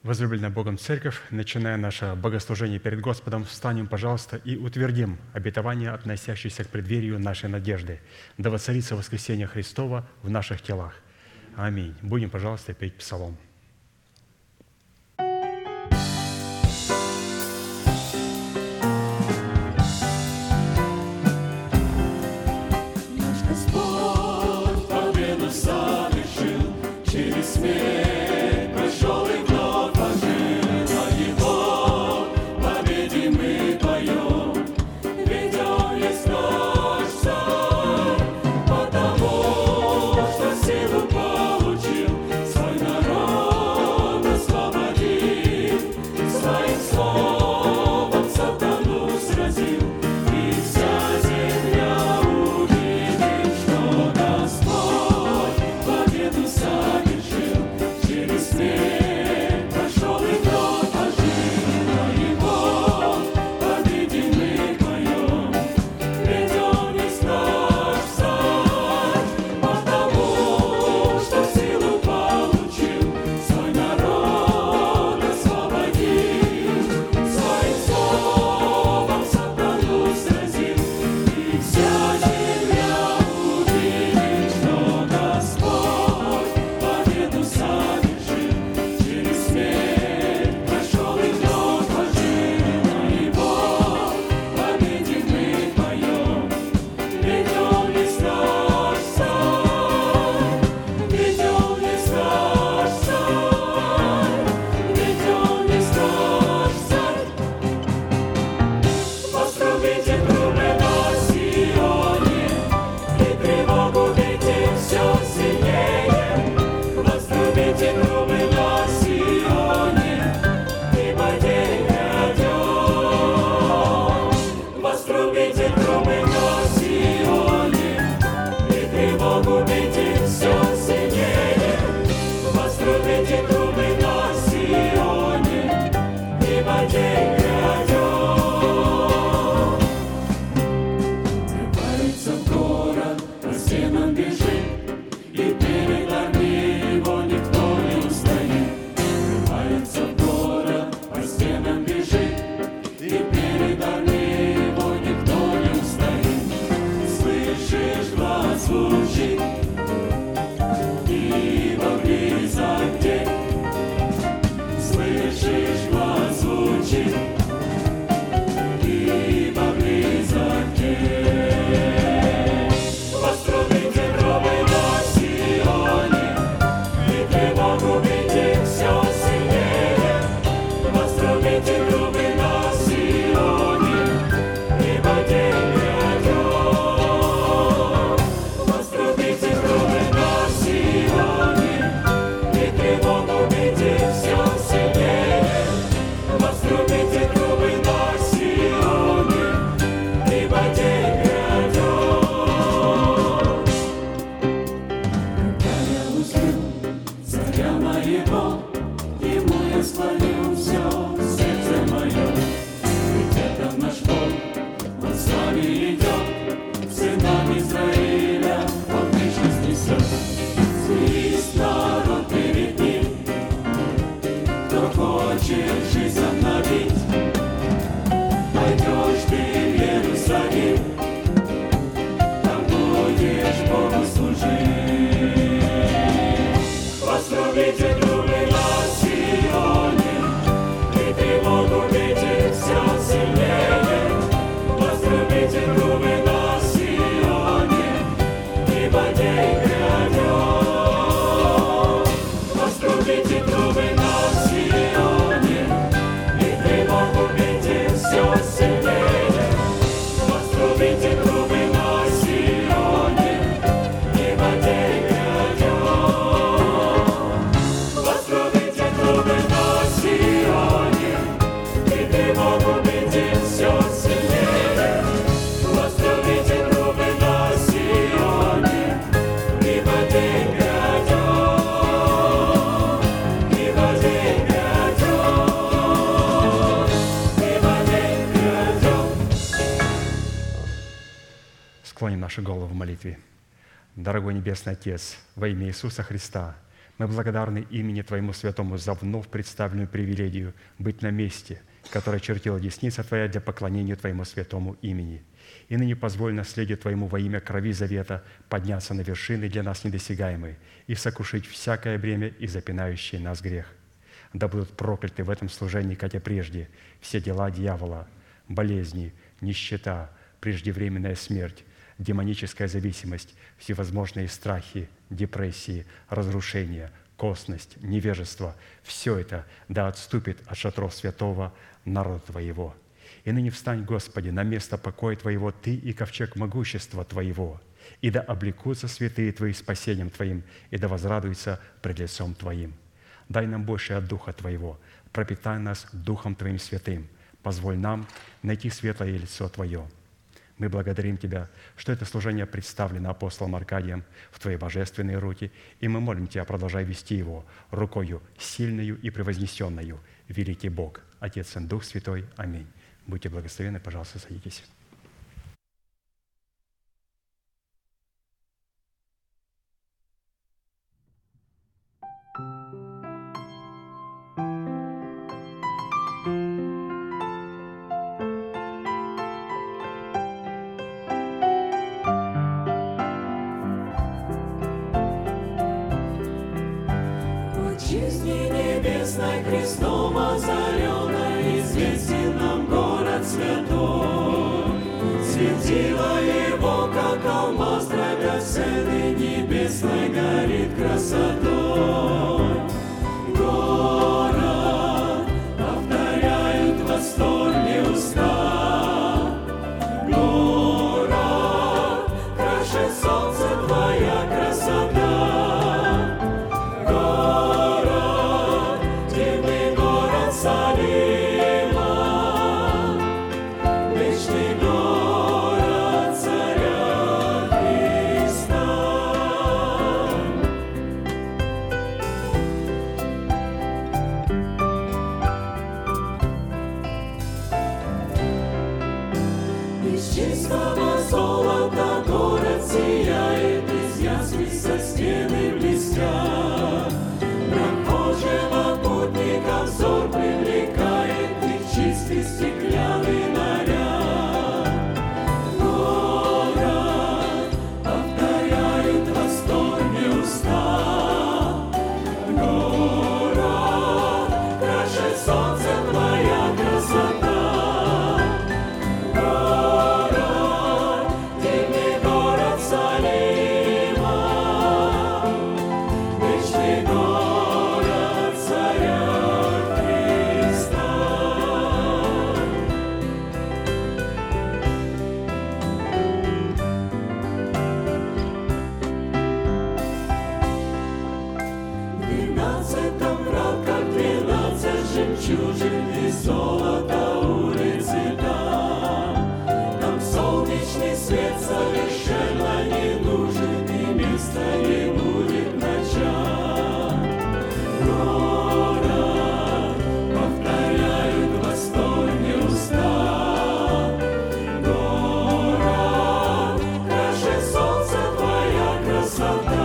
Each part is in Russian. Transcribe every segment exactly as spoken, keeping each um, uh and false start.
Возлюбленная Богом Церковь, начиная наше богослужение перед Господом, встанем, пожалуйста, и утвердим обетование, относящееся к преддверию нашей надежды. Да воцарится воскресение Христова в наших телах. Аминь. Будем, пожалуйста, петь псалом. Наш Господь победу совершил, через смерть прошел и вновь ожил. О Его победе мы поем, ведь Он есть наш Царь, потому что силу получил, свой народ освободил, своим словом сатану сразил, и вся земля увидит, что Господь победу совершил, через смерть прошел и вновь ожил. О Его победе мы поем, ведь Он есть наш Царь, потому что силу получил, свой народ освободил, своим словом сатану сразил, и вся земля увидит, что Господь победу совершил, через смерть прошел и вновь ожил. О Его победе мы поем, ведь Он есть наш Царь, ведь Он есть наш Царь, ведь Он есть наш Царь. Вострубите трубы на Сионе, и тревогу бейте все сильнее. Вострубите трубы на Сионе, ибо день грядет. Вострубите трубы на Сионе, и тревогу бейте все сильнее. Вострубите трубы на Сионе, ибо день грядет. Врывается в город, по стенам бежит, и перед армией его никто не устоит. Врывается в город, по стенам бежит, и перед армией его никто не устоит. Слышишь, глаз звучит, ибо близок день. Слышишь, глаз звучит, ибо близок день. Вострубите трубы на Сионе, и тревогу бейте все сильнее. Вострубите трубы на Сионе, ибо день грядет. Вострубите трубы на Сионе, и тревогу бейте все сильнее. Вострубите трубы на Сионе, ибо день грядет. Когда я узрю царя моего, ему я склоню все сердце мое. Ведь это наш Бог, Он с нами идет, сынам Израиля Он вечность несет. Весь народ перед Ним, кто хочет жизнь обновить. Пойдешь ты в Иерусалим, там будешь Богу служить. Вострубите трубы на Сионе, и тревогу бейте все сильнее. Вострубите трубы на Сионе, ибо день грядет. Вострубите трубы на Сионе, и тревогу бейте все сильнее. Вострубите трубы на Сионе, ибо день грядет. Вострубите трубы на Сионе, и тревогу бейте все сильнее. Вострубите трубы на Сионе, ибо день грядет, ибо день грядет, ибо день грядет. Склоним наши головы в молитве. Дорогой Небесный Отец, во имя Иисуса Христа, Мы благодарны имени Твоему Святому за вновь представленную привилегию быть на месте, которое чертила десница Твоя для поклонения Твоему святому имени. И ныне позволь наследию Твоему во имя крови завета подняться на вершины для нас недосягаемые и сокрушить всякое бремя и запинающий нас грех. Да будут прокляты в этом служении, как и прежде, все дела дьявола, болезни, нищета, преждевременная смерть, демоническая зависимость, всевозможные страхи, депрессии, разрушения, косность, невежество – все это да отступит от шатров святого народа Твоего. И ныне встань, Господи, на место покоя Твоего Ты и ковчег могущества Твоего, и да облекутся святые Твои спасением Твоим, и да возрадуются пред лицом Твоим. Дай нам больше от Духа Твоего, пропитай нас Духом Твоим святым, позволь нам найти светлое лицо Твое. Мы благодарим Тебя, что это служение представлено апостолом Аркадием в Твои божественные руки, и мы молим Тебя, продолжай вести его рукою сильною и превознесенную, великий Бог, Отец и Дух Святой. Аминь. Будьте благословенны, пожалуйста, садитесь. Христом озаренной, известен нам город святой. Светило его, как алмаз драгоценный, небесной горит красотой. Город повторяют в восторге уста. Город, краше солнца твоя красота. Стеклянный наряд. Город повторяют в восторге уста. Город, краше солнца твоя красота. Город, дивный город Салима, вечный город царя Христа. Жемчужин и золото улицы там. Там солнечный свет совершенно не нужен, и места не будет ночам. Город повторяют в восторге уста. Город, краше солнца твоя красота.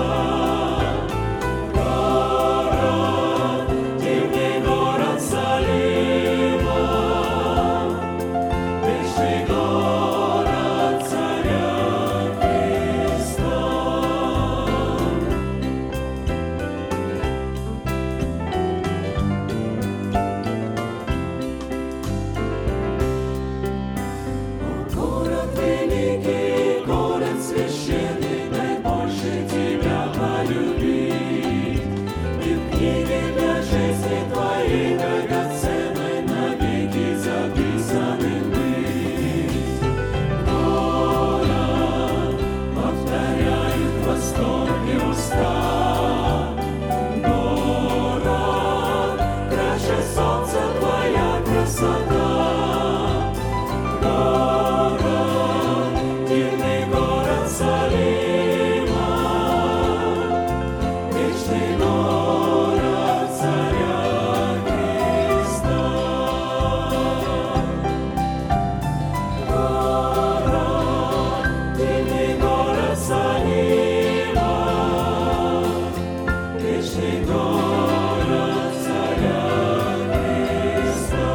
вечный город Царя Христа.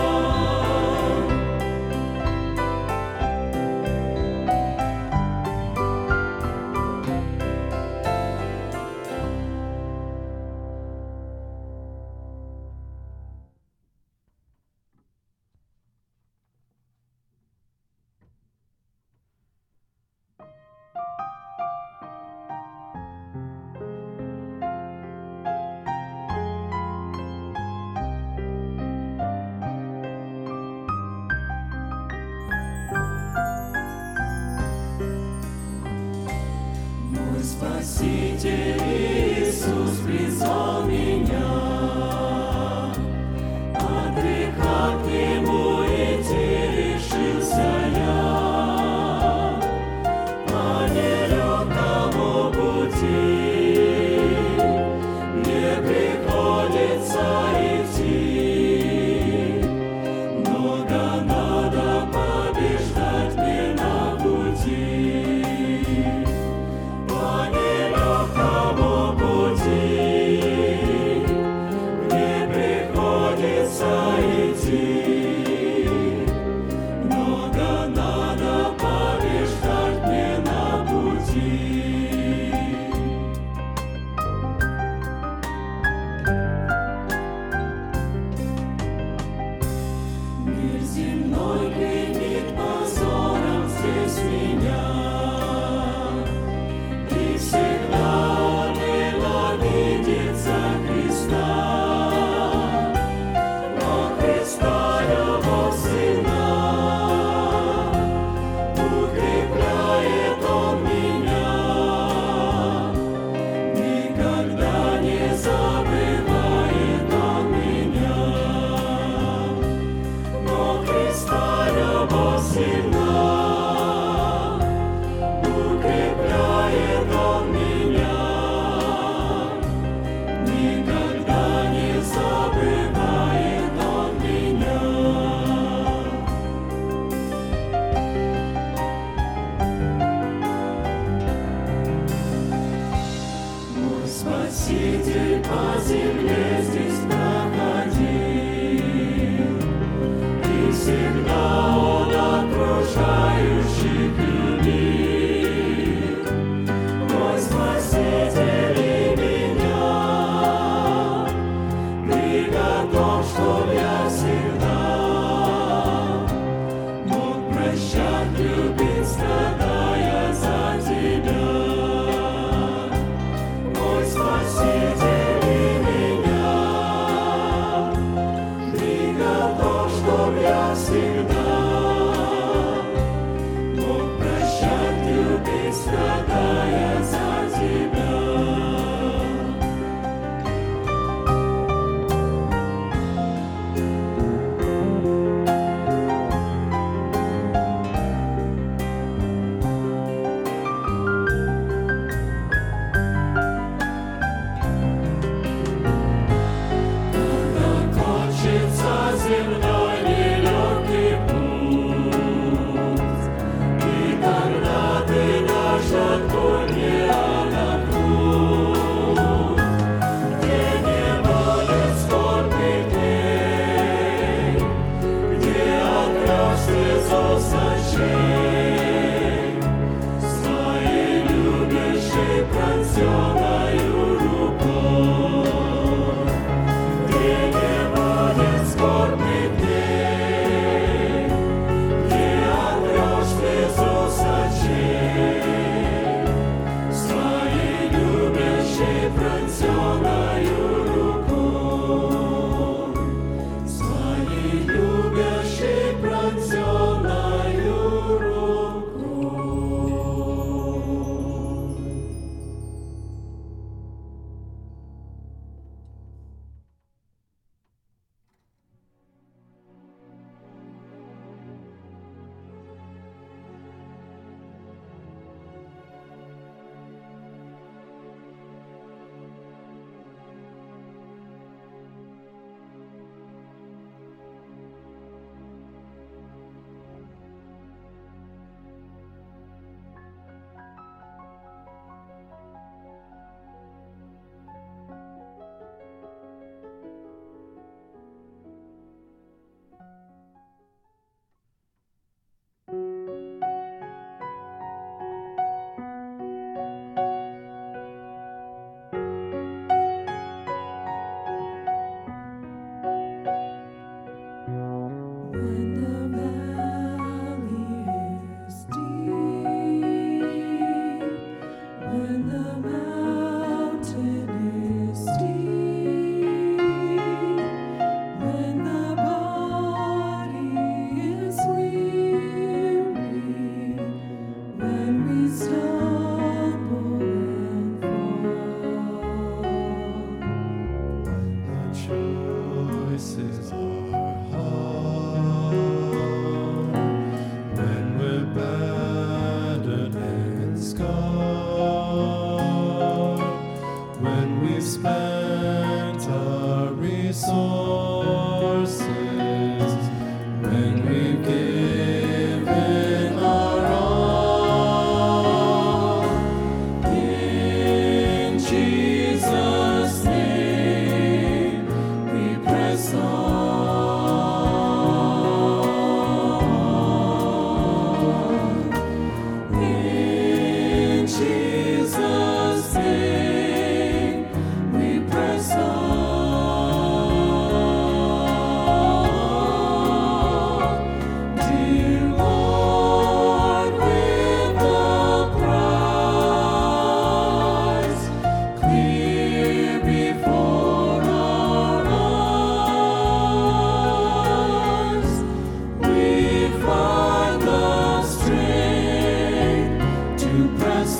Мой Спаситель Иисус призвал меня от греха к Нему идти решился я. По нелегкому пути мне приходится идти, много надо побеждать мне на пути. По нелегкому пути мне приходится идти, много надо побеждать мне на пути. Мир земной клеймит позором здесь меня, и всегда ненавидится Христа. Но Христа любовь сильна, укрепляет Он меня, никогда не забывает Он меня. Но Христа любовь сильна, укрепляет Он меня, никогда не забывает Он меня. Мой Спаситель по земле здесь проходил, и всегда Он окружающих любил. Мой Спаситель и меня приготовь, чтоб я всегда мог прощать, любить, страдая за Тебя. Мой Спаситель и меня приготовь, чтоб я всегда мог прощать, любить, страдая за Тебя. Когда кончится земной нелегкий путь, и тогда Ты дашь открой отдохнуть, где не будет скорбных дней, где отрёшь слезу сочей, своей любящей пронзённою рукой, где не будет скорбных дней, где отрёшь слезу сочей, своей любящей пронзённою рукой, своей любящей пронзённою рукой. This is our home when we're battered and scarred, when we've spent our resources, when we've given our all. In Jesus' name we press on. In Jesus' name we press on. Dear Lord, with the prize clear before our eyes, we find the strength to press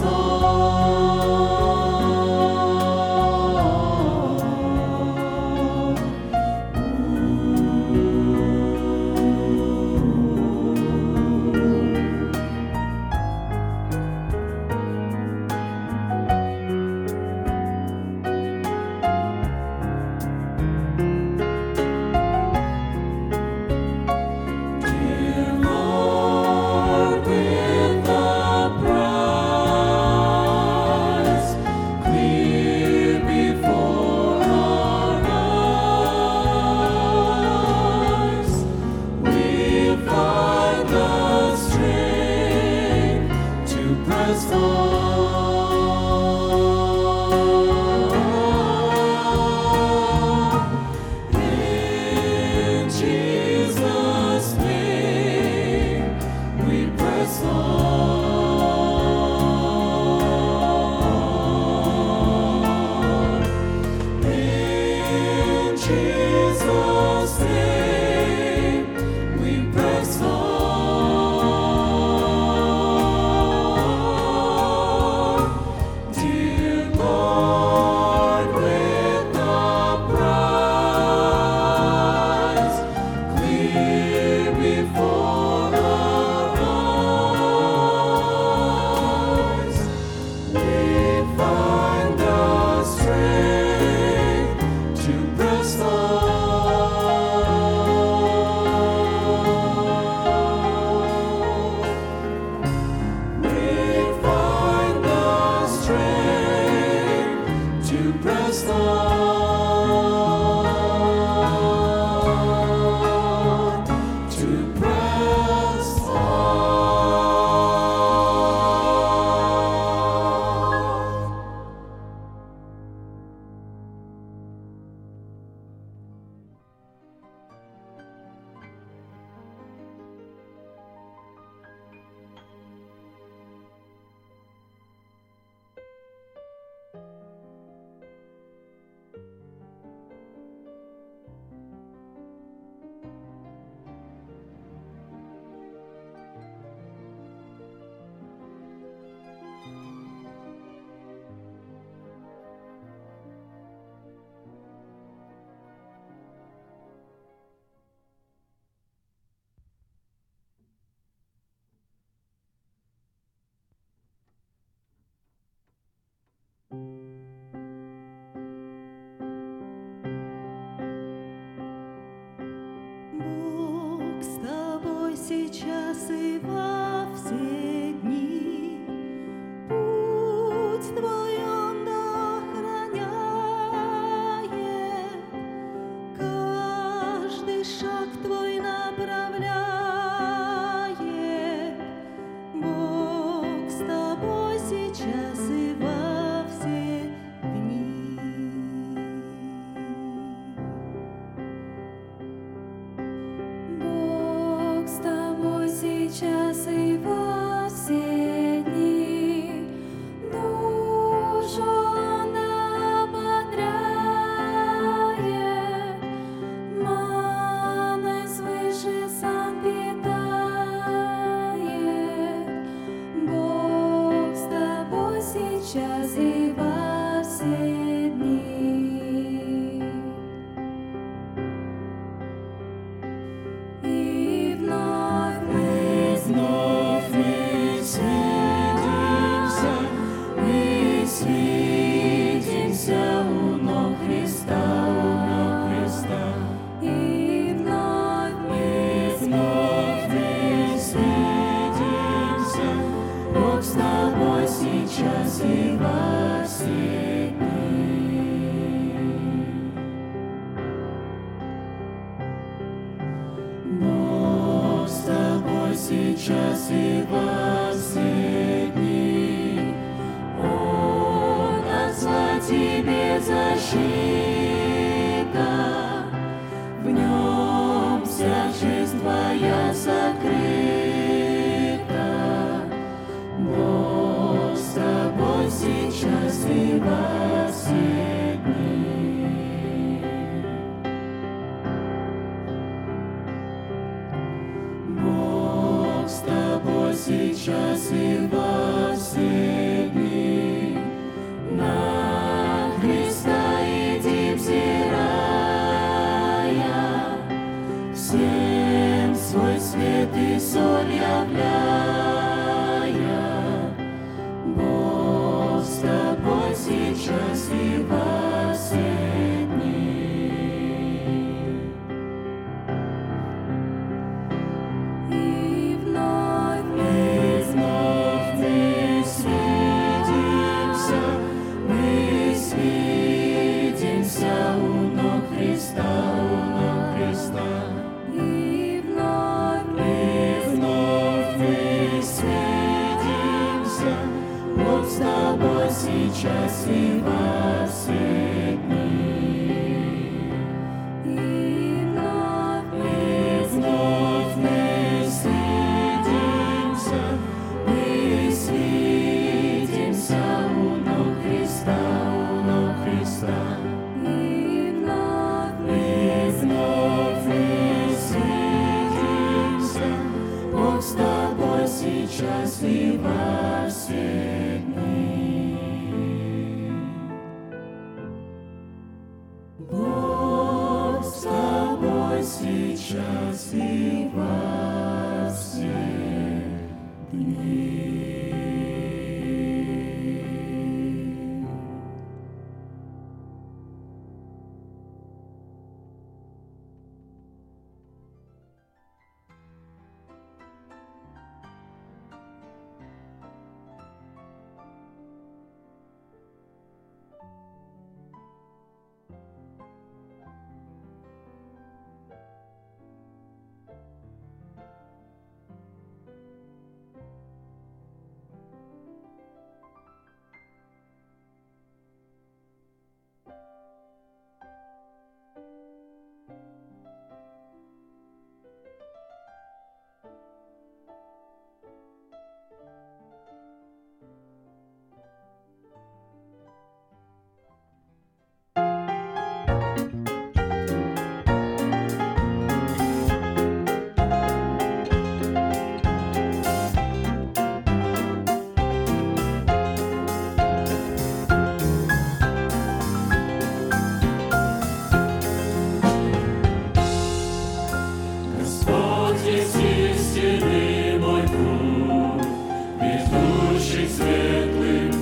Dear Lord, with the prize clear before our eyes, we find the strength to press on. In Jesus' name we press on. In Jesus' name we press on. Dear Lord, with the prize clear before our eyes, we find the strength to press on. We find the strength to press on, to press on. Бог с тобой сейчас и во все дни. Путь твой Он да охраняет, каждый шаг твой направляет. Бог с тобой сейчас и во все дни. Бог с тобой сейчас защита, в нем вся жизнь твоя сокрыта. Бог с тобой сейчас и во все дни. Бог с тобой сейчас и во все дни. На Христа иди взирая, всем свой свет и соль являя. Бог с тобой сейчас и во все дни. И вновь, и вновь мы свидимся, мы свидимся у ног Христа, у ног Христа. И вновь, и вновь мы свидимся, Бог с тобой сейчас и во все дни. И вновь, и вновь мы свидимся, мы свидимся у ног Христа, у ног Христа. И вновь, и вновь мы свидимся, Бог с тобой сейчас и во все дни. Бог с тобой сейчас и во все дни. Господь есть истинный мой путь, ведущий к светлым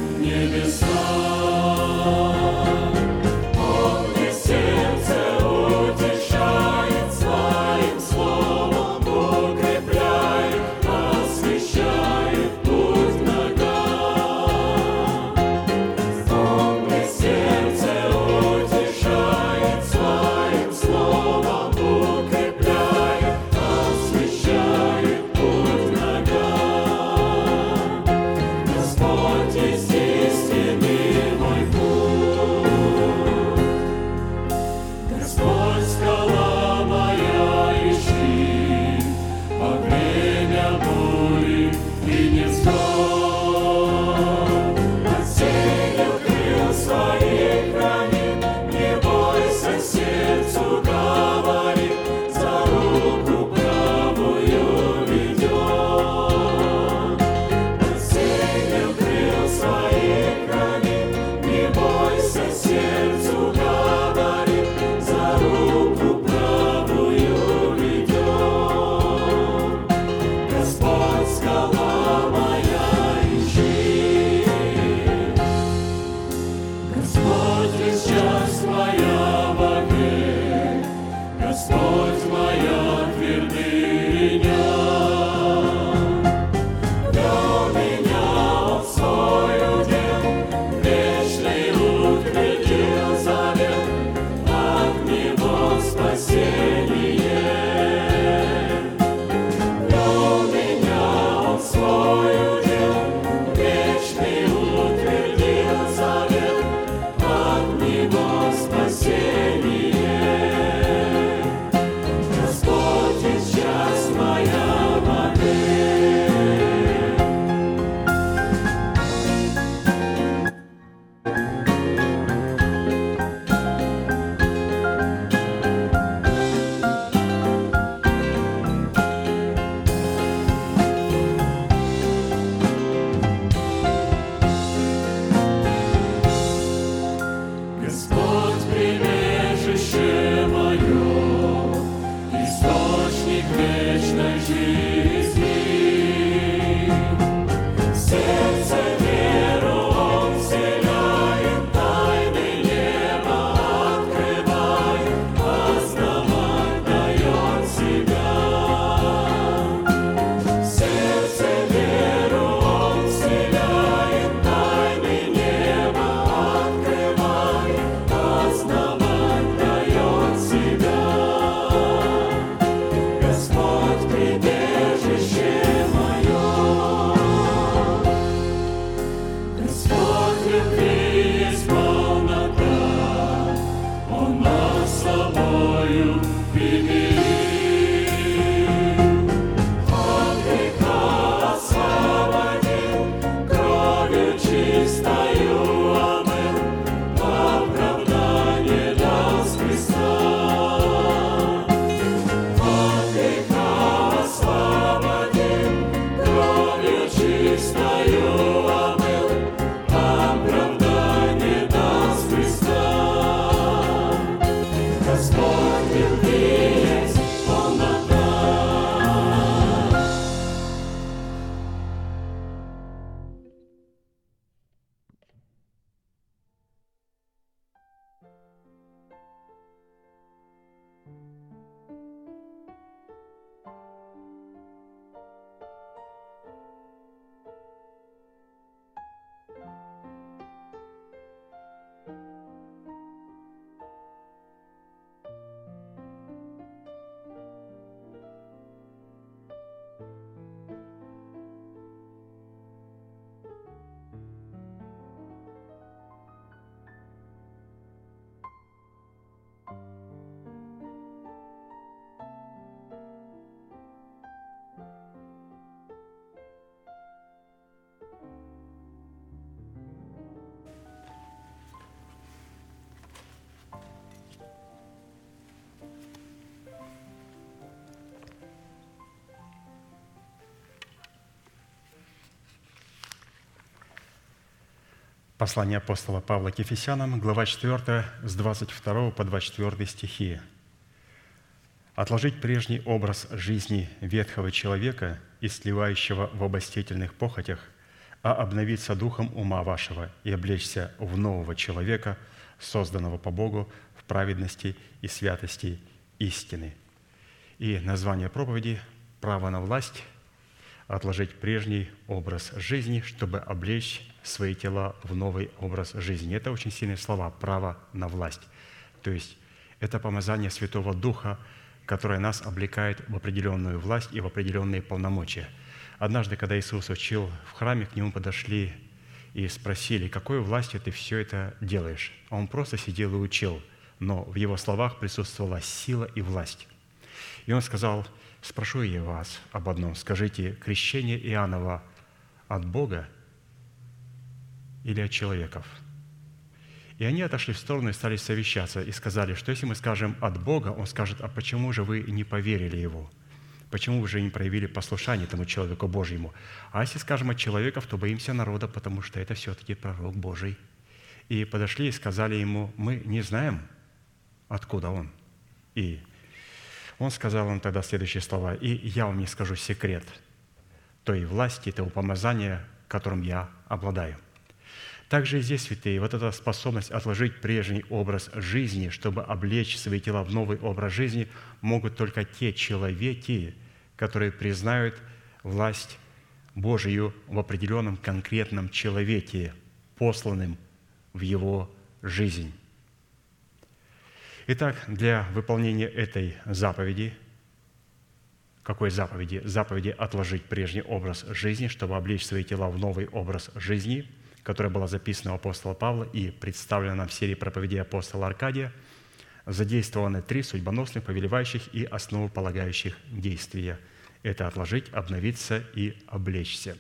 небесам. Он мне сердце утешает своим словом, укрепляет, освещает путь к ногам. Он мне сердце утешает своим словом, укрепляет, освещает путь к ногам. Господь есть истинный мой путь. Господь скала моя и щит, во время боли и невзгод. От сенью крыл своих хранит, не бойся, сердцу говорит, за руку правую ведет. От сенью крыл своих хранит, не бойся, сердцу говорит, за руку правую ведет. Господь скала моя и щит. Господь весь час моя вовек, Господь моя твердыня. Вел меня Он в свой удел, вечный утвердил завет, от Него спасение. Вел меня Он в свой удел, вечный утвердил завет, от Него Послание апостола Павла к Ефесянам, глава четвёртая, с двадцать второго по двадцать четвёртый стихи. «Отложить прежний образ жизни ветхого человека и сливающего в обольстительных похотях, а обновиться духом ума вашего и облечься в нового человека, созданного по Богу в праведности и святости истины». И название проповеди «Право на власть», отложить прежний образ жизни, чтобы облечь свои тела в новый образ жизни. Это очень сильные слова «право на власть». То есть это помазание Святого Духа, которое нас облекает в определенную власть и в определенные полномочия. Однажды, когда Иисус учил в храме, к Нему подошли и спросили: «Какой властью ты все это делаешь?» Он просто сидел и учил, но в Его словах присутствовала сила и власть. И Он сказал: «Спрошу я вас об одном. Скажите, крещение Иоаннова от Бога или от человеков?» И они отошли в сторону и стали совещаться, и сказали, что если мы скажем «от Бога», Он скажет: «А почему же вы не поверили Его? Почему вы же не проявили послушание этому человеку Божьему? А если скажем «от человеков», то боимся народа, потому что это все-таки пророк Божий». И подошли и сказали Ему: «Мы не знаем, откуда Он». И Он сказал им тогда следующие слова: «И я вам не скажу секрет той власти, того помазания, которым я обладаю». Также и здесь, святые, вот эта способность отложить прежний образ жизни, чтобы облечь свои тела в новый образ жизни, могут только те человеки, которые признают власть Божию в определенном конкретном человеке, посланным в его жизнь. Итак, для выполнения этой заповеди, какой заповеди? Заповеди отложить прежний образ жизни, чтобы облечь свои тела в новый образ жизни, которая была записана у апостола Павла и представлена нам в серии проповедей апостола Аркадия, задействованы три судьбоносных, повелевающих и основополагающих действия. Это отложить, обновиться и облечься.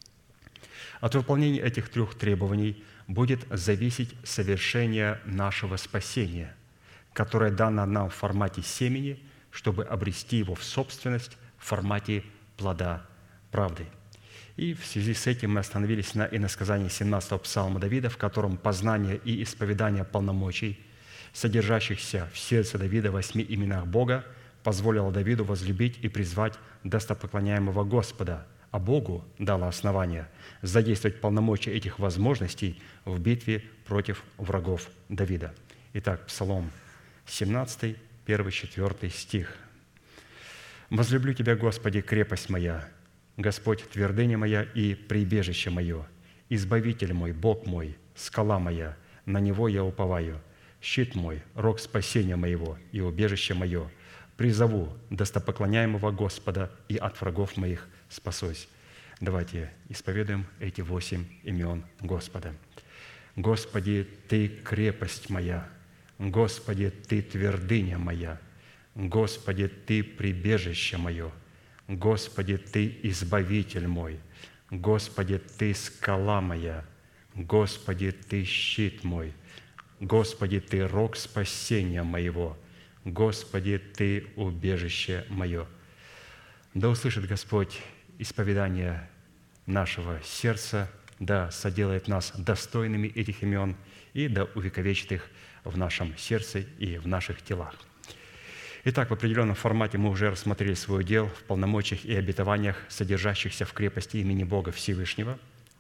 От выполнения этих трех требований будет зависеть совершение нашего спасения, которое дано нам в формате семени, чтобы обрести его в собственность в формате плода правды. И в связи с этим мы остановились на иносказании семнадцатого псалма Давида, в котором познание и исповедание полномочий, содержащихся в сердце Давида в восьми именах Бога, позволило Давиду возлюбить и призвать достопоклоняемого Господа, а Богу дало основание задействовать полномочия этих возможностей в битве против врагов Давида. Итак, Псалом семнадцатый, первый, четвёртый стих. «Возлюблю Тебя, Господи, крепость моя, Господь, твердыня моя и прибежище мое, Избавитель мой, Бог мой, скала моя, на Него я уповаю, щит мой, рог спасения моего и убежище мое, призову достопоклоняемого Господа и от врагов моих спасусь». Давайте исповедуем эти восемь имен Господа. «Господи, Ты крепость моя, Господи, Ты твердыня моя, Господи, Ты прибежище мое, Господи, Ты избавитель мой, Господи, Ты скала моя, Господи, Ты щит мой, Господи, Ты рог спасения моего, Господи, Ты убежище мое». Да услышит Господь исповедание нашего сердца, да соделает нас достойными этих имен и да увековечит их в нашем сердце и в наших телах. Итак, в определенном формате мы уже рассмотрели свой удел в полномочиях и обетованиях, содержащихся в крепости имени Бога Всевышнего.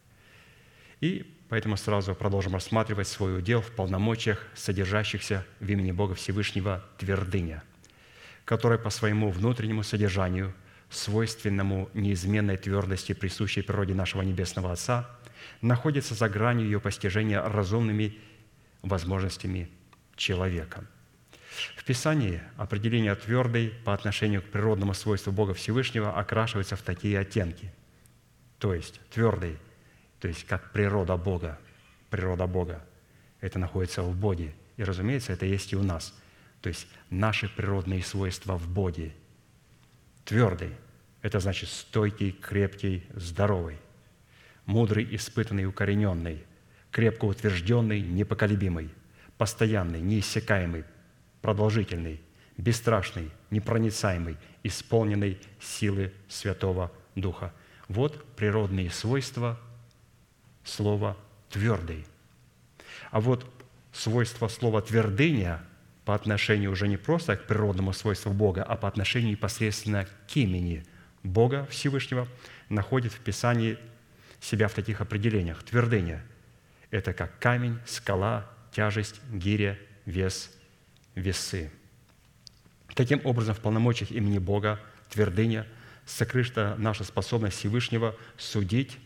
И поэтому сразу продолжим рассматривать свой удел в полномочиях, содержащихся в имени Бога Всевышнего твердыня. которое по своему внутреннему содержанию, свойственному неизменной твердости, присущей природе нашего Небесного Отца, находится за гранью ее постижения разумными возможностями человека. В Писании определение твердой по отношению к природному свойству Бога Всевышнего окрашивается в такие оттенки. То есть твердый, то есть как природа Бога, природа Бога, это находится в Боге. И, разумеется, это есть и у нас. То есть наши природные свойства в Боге. Твердый – это значит стойкий, крепкий, здоровый. Мудрый, испытанный, укорененный. Крепко утвержденный, непоколебимый. Постоянный, неиссякаемый, продолжительный, бесстрашный, непроницаемый, исполненный силы Святого Духа. Вот природные свойства слова «твердый». А вот свойство слова «твердыня» по отношению уже не просто к природному свойству Бога, а по отношению непосредственно к имени Бога Всевышнего находит в Писании себя в таких определениях. Твердыня – это как камень, скала, тяжесть, гиря, вес, весы. Таким образом, в полномочиях имени Бога, твердыня, сокрыта наша способность Всевышнего судить,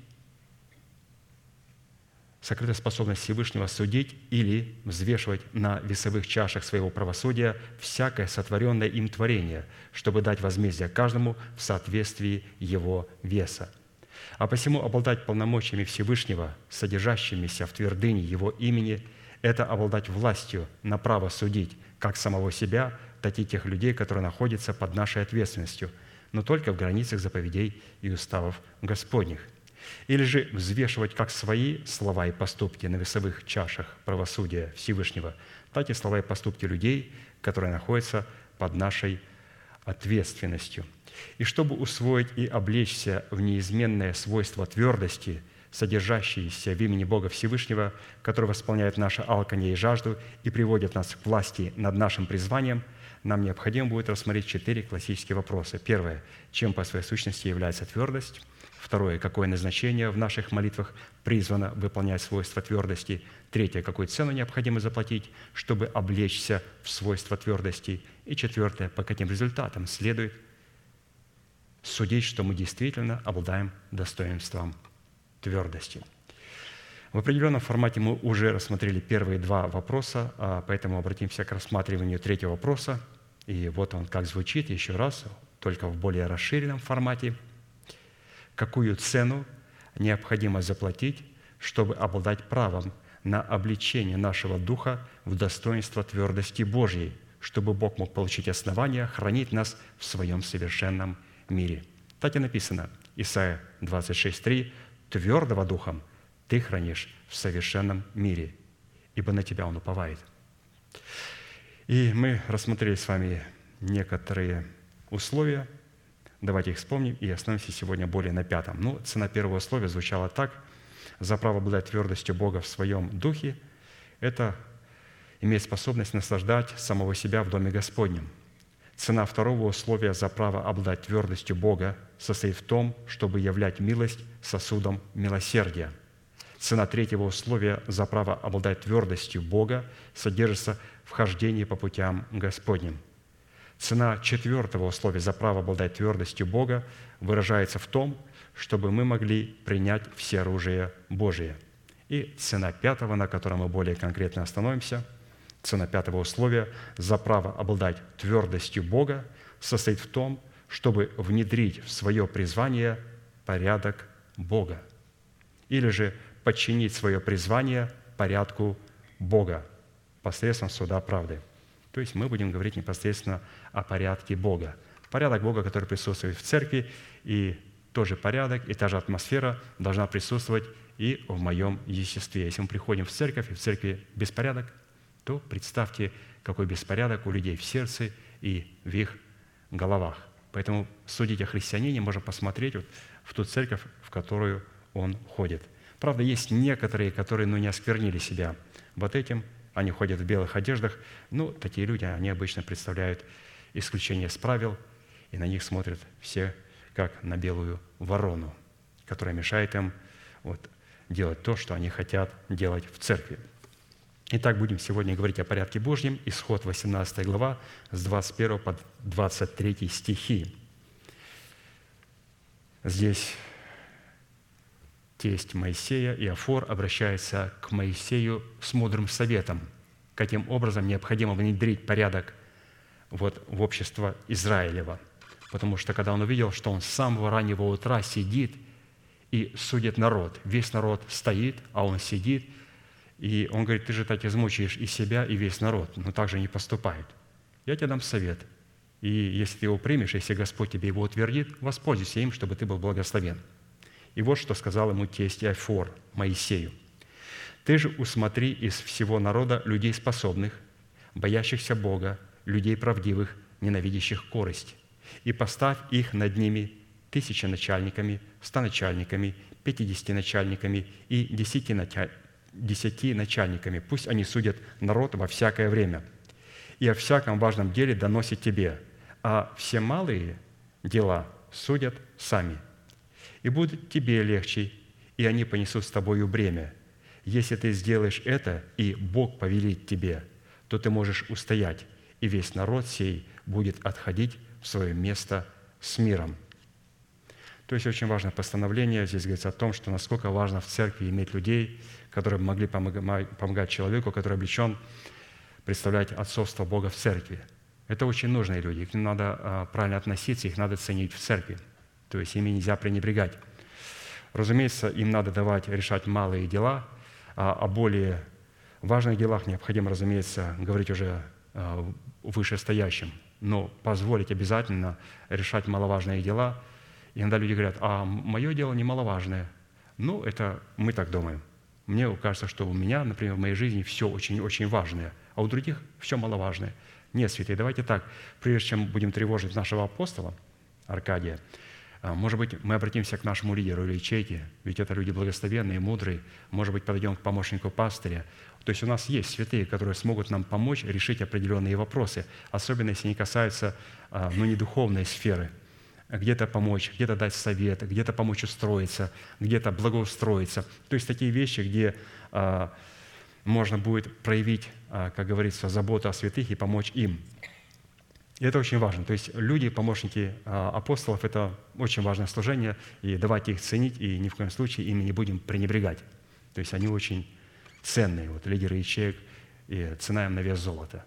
сокрыта способность Всевышнего судить или взвешивать на весовых чашах своего правосудия всякое сотворенное им творение, чтобы дать возмездие каждому в соответствии его веса. А посему обладать полномочиями Всевышнего, содержащимися в твердыне Его имени, это обладать властью на право судить как самого себя, так и тех людей, которые находятся под нашей ответственностью, но только в границах заповедей и уставов Господних. Или же взвешивать как свои слова и поступки на весовых чашах правосудия Всевышнего, так и слова и поступки людей, которые находятся под нашей ответственностью. И чтобы усвоить и облечься в неизменное свойство твердости, содержащиеся в имени Бога Всевышнего, который восполняет наше алканье и жажду и приводит нас к власти над нашим призванием, нам необходимо будет рассмотреть четыре классические вопроса. Первое. Чем по своей сущности является твердость? Второе. Какое назначение в наших молитвах призвано выполнять свойства твердости? Третье. Какую цену необходимо заплатить, чтобы облечься в свойства твердости? И четвертое. По каким результатам следует судить, что мы действительно обладаем достоинством твердости. В определенном формате мы уже рассмотрели первые два вопроса, поэтому обратимся к рассматриванию третьего вопроса. И вот он как звучит еще раз, только в более расширенном формате. Какую цену необходимо заплатить, чтобы обладать правом на облечение нашего духа в достоинство твердости Божьей, чтобы Бог мог получить основания хранить нас в своем совершенном мире. Так и написано, Исайя двадцать шесть три, «Твердого духом ты хранишь в совершенном мире, ибо на тебя он уповает». И мы рассмотрели с вами некоторые условия. Давайте их вспомним и остановимся сегодня более на пятом. Ну, цена первого условия звучала так. За право обладать твердостью Бога в своем духе – это иметь способность наслаждать самого себя в Доме Господнем. Цена второго условия за право обладать твердостью Бога состоит в том, чтобы являть милость сосудом милосердия. Цена третьего условия за право обладать твердостью Бога содержится в хождении по путям Господним. Цена четвертого условия за право обладать твердостью Бога выражается в том, чтобы мы могли принять все оружие Божие. И цена пятого, на котором мы более конкретно остановимся, цена пятого условия за право обладать твердостью Бога состоит в том, чтобы внедрить в свое призвание порядок Бога, или же подчинить свое призвание порядку Бога посредством суда правды. То есть мы будем говорить непосредственно о порядке Бога. Порядок Бога, который присутствует в церкви, и тот же порядок, и та же атмосфера должна присутствовать и в моем естестве. Если мы приходим в церковь, и в церкви беспорядок, то представьте, какой беспорядок у людей в сердце и в их головах. Поэтому судить о христианине можно посмотреть вот в ту церковь, в которую он ходит. Правда, есть некоторые, которые ну, не осквернили себя вот этим, они ходят в белых одеждах. Ну, такие люди, они обычно представляют исключение из правил, и на них смотрят все как на белую ворону, которая мешает им вот, делать то, что они хотят делать в церкви. Итак, будем сегодня говорить о порядке Божьем. Исход восемнадцатая глава, с двадцать первого по двадцать третий стихи. Здесь тесть Моисея, Иофор, обращается к Моисею с мудрым советом, каким образом необходимо внедрить порядок вот в общество Израилева. Потому что когда он увидел, что он с самого раннего утра сидит и судит народ, весь народ стоит, а он сидит, и он говорит: ты же так измучаешь и себя, и весь народ, но так же не поступает. Я тебе дам совет, и если ты его примешь, если Господь тебе его утвердит, воспользуйся им, чтобы ты был благословен. И вот что сказал ему тесть Иофор Моисею: ты же усмотри из всего народа людей способных, боящихся Бога, людей правдивых, ненавидящих корость, и поставь их над ними тысяченачальниками, стоначальниками, пятидесятиначальниками и десятиначальниками, десяти начальниками, пусть они судят народ во всякое время, и о всяком важном деле доносят тебе, а все малые дела судят сами. И будет тебе легче, и они понесут с тобою бремя. Если ты сделаешь это, и Бог повелит тебе, то ты можешь устоять, и весь народ сей будет отходить в свое место с миром». То есть очень важное постановление. Здесь говорится о том, что насколько важно в церкви иметь людей, которые могли помогать человеку, который облечен представлять отцовство Бога в церкви. Это очень нужные люди. К ним надо правильно относиться, их надо ценить в церкви. То есть ими нельзя пренебрегать. Разумеется, им надо давать решать малые дела, а о более важных делах необходимо, разумеется, говорить уже вышестоящим. Но позволить обязательно решать маловажные дела. Иногда люди говорят: а мое дело немаловажное. Ну, это мы так думаем. Мне кажется, что у меня, например, в моей жизни все очень-очень важное, а у других все маловажное. Нет, святые, давайте так, прежде чем будем тревожить нашего апостола Аркадия, может быть, мы обратимся к нашему лидеру или ячейке, ведь это люди благословенные, мудрые, может быть, подойдем к помощнику пастыря. То есть у нас есть святые, которые смогут нам помочь решить определенные вопросы, особенно если они касаются, ну, не духовной сферы, где-то помочь, где-то дать совет, где-то помочь устроиться, где-то благоустроиться. То есть такие вещи, где а, можно будет проявить, а, как говорится, заботу о святых и помочь им. И это очень важно. То есть люди, помощники а, апостолов – это очень важное служение, и давайте их ценить, и ни в коем случае ими не будем пренебрегать. То есть они очень ценные, вот, лидеры ячеек, и цена им на вес золота.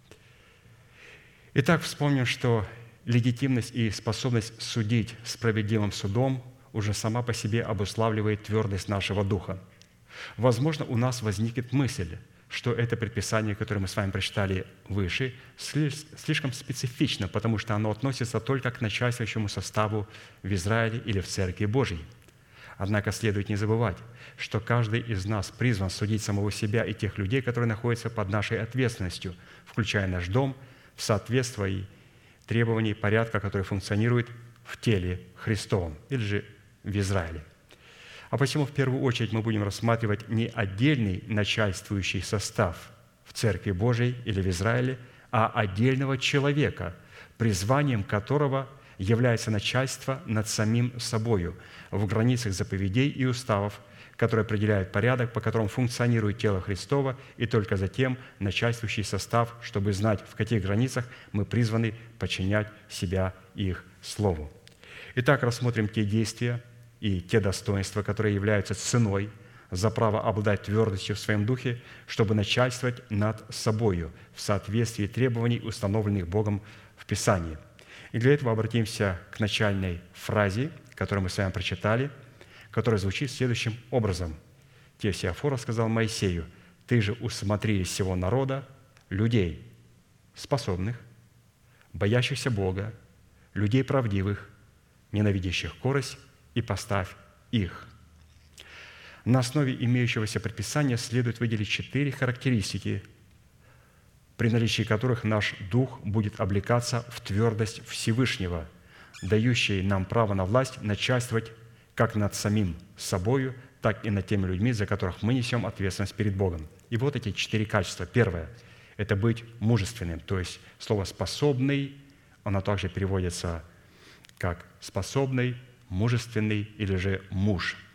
Итак, вспомним, что легитимность и способность судить справедливым судом уже сама по себе обуславливает твердость нашего духа. Возможно, у нас возникнет мысль, что это предписание, которое мы с вами прочитали выше, слишком специфично, потому что оно относится только к начальствующему составу в Израиле или в Церкви Божьей. Однако следует не забывать, что каждый из нас призван судить самого себя и тех людей, которые находятся под нашей ответственностью, включая наш дом, в соответствии требований порядка, который функционирует в теле Христовом или же в Израиле. А посему в первую очередь мы будем рассматривать не отдельный начальствующий состав в Церкви Божией или в Израиле, а отдельного человека, призванием которого является начальство над самим собою в границах заповедей и уставов, которые определяют порядок, по которому функционирует тело Христово, и только затем начальствующий состав, чтобы знать, в каких границах мы призваны подчинять себя их Слову. Итак, рассмотрим те действия и те достоинства, которые являются ценой за право обладать твердостью в своем духе, чтобы начальствовать над собою в соответствии требований, установленных Богом в Писании. И для этого обратимся к начальной фразе, которую мы с вами прочитали, которая звучит следующим образом. Тесть Иофора сказал Моисею: «Ты же усмотри из всего народа людей способных, боящихся Бога, людей правдивых, ненавидящих корость, и поставь их». На основе имеющегося предписания следует выделить четыре характеристики, при наличии которых наш дух будет облекаться в твердость Всевышнего, дающей нам право на власть начальствовать как над самим собою, так и над теми людьми, за которых мы несем ответственность перед Богом. И вот эти четыре качества. Первое – это быть мужественным, то есть слово «способный», оно также переводится как «способный», «мужественный» или же «муж».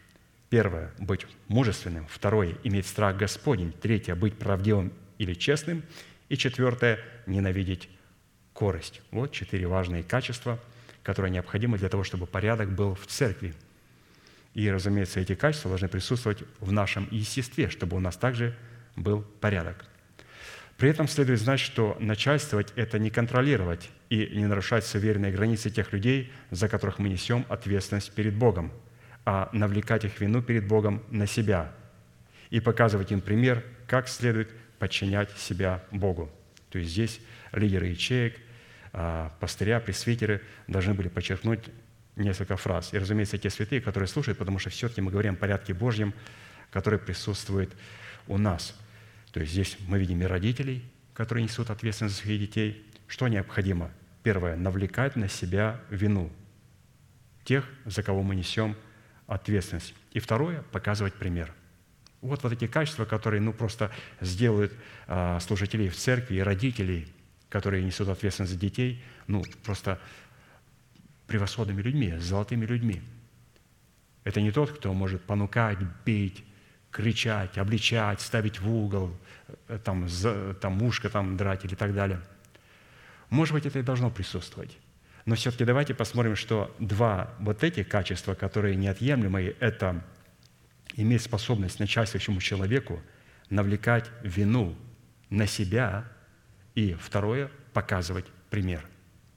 Первое – быть мужественным. Второе – иметь страх Господень. Третье – быть правдивым или честным. И четвертое – ненавидеть корость. Вот четыре важные качества, которые необходимы для того, чтобы порядок был в церкви. И, разумеется, эти качества должны присутствовать в нашем естестве, чтобы у нас также был порядок. При этом следует знать, что начальствовать – это не контролировать и не нарушать суверенные границы тех людей, за которых мы несем ответственность перед Богом, а навлекать их вину перед Богом на себя и показывать им пример, как следует подчинять себя Богу. То есть здесь лидеры ячеек, пастыря, пресвитеры должны были подчеркнуть несколько фраз. И, разумеется, те святые, которые слушают, потому что все-таки мы говорим о порядке Божьем, который присутствует у нас. То есть здесь мы видим и родителей, которые несут ответственность за своих детей. Что необходимо? Первое – навлекать на себя вину тех, за кого мы несем ответственность. И второе – показывать пример. Вот, вот эти качества, которые ну, просто сделают а, служителей в церкви и родителей, которые несут ответственность за детей, ну, просто превосходными людьми, золотыми людьми. Это не тот, кто может понукать, бить, кричать, обличать, ставить в угол, там, за, там ушко там, драть или так далее. Может быть, это и должно присутствовать. Но все-таки давайте посмотрим, что два вот эти качества, которые неотъемлемые, это иметь способность начальствующему человеку навлекать вину на себя, и второе – показывать пример.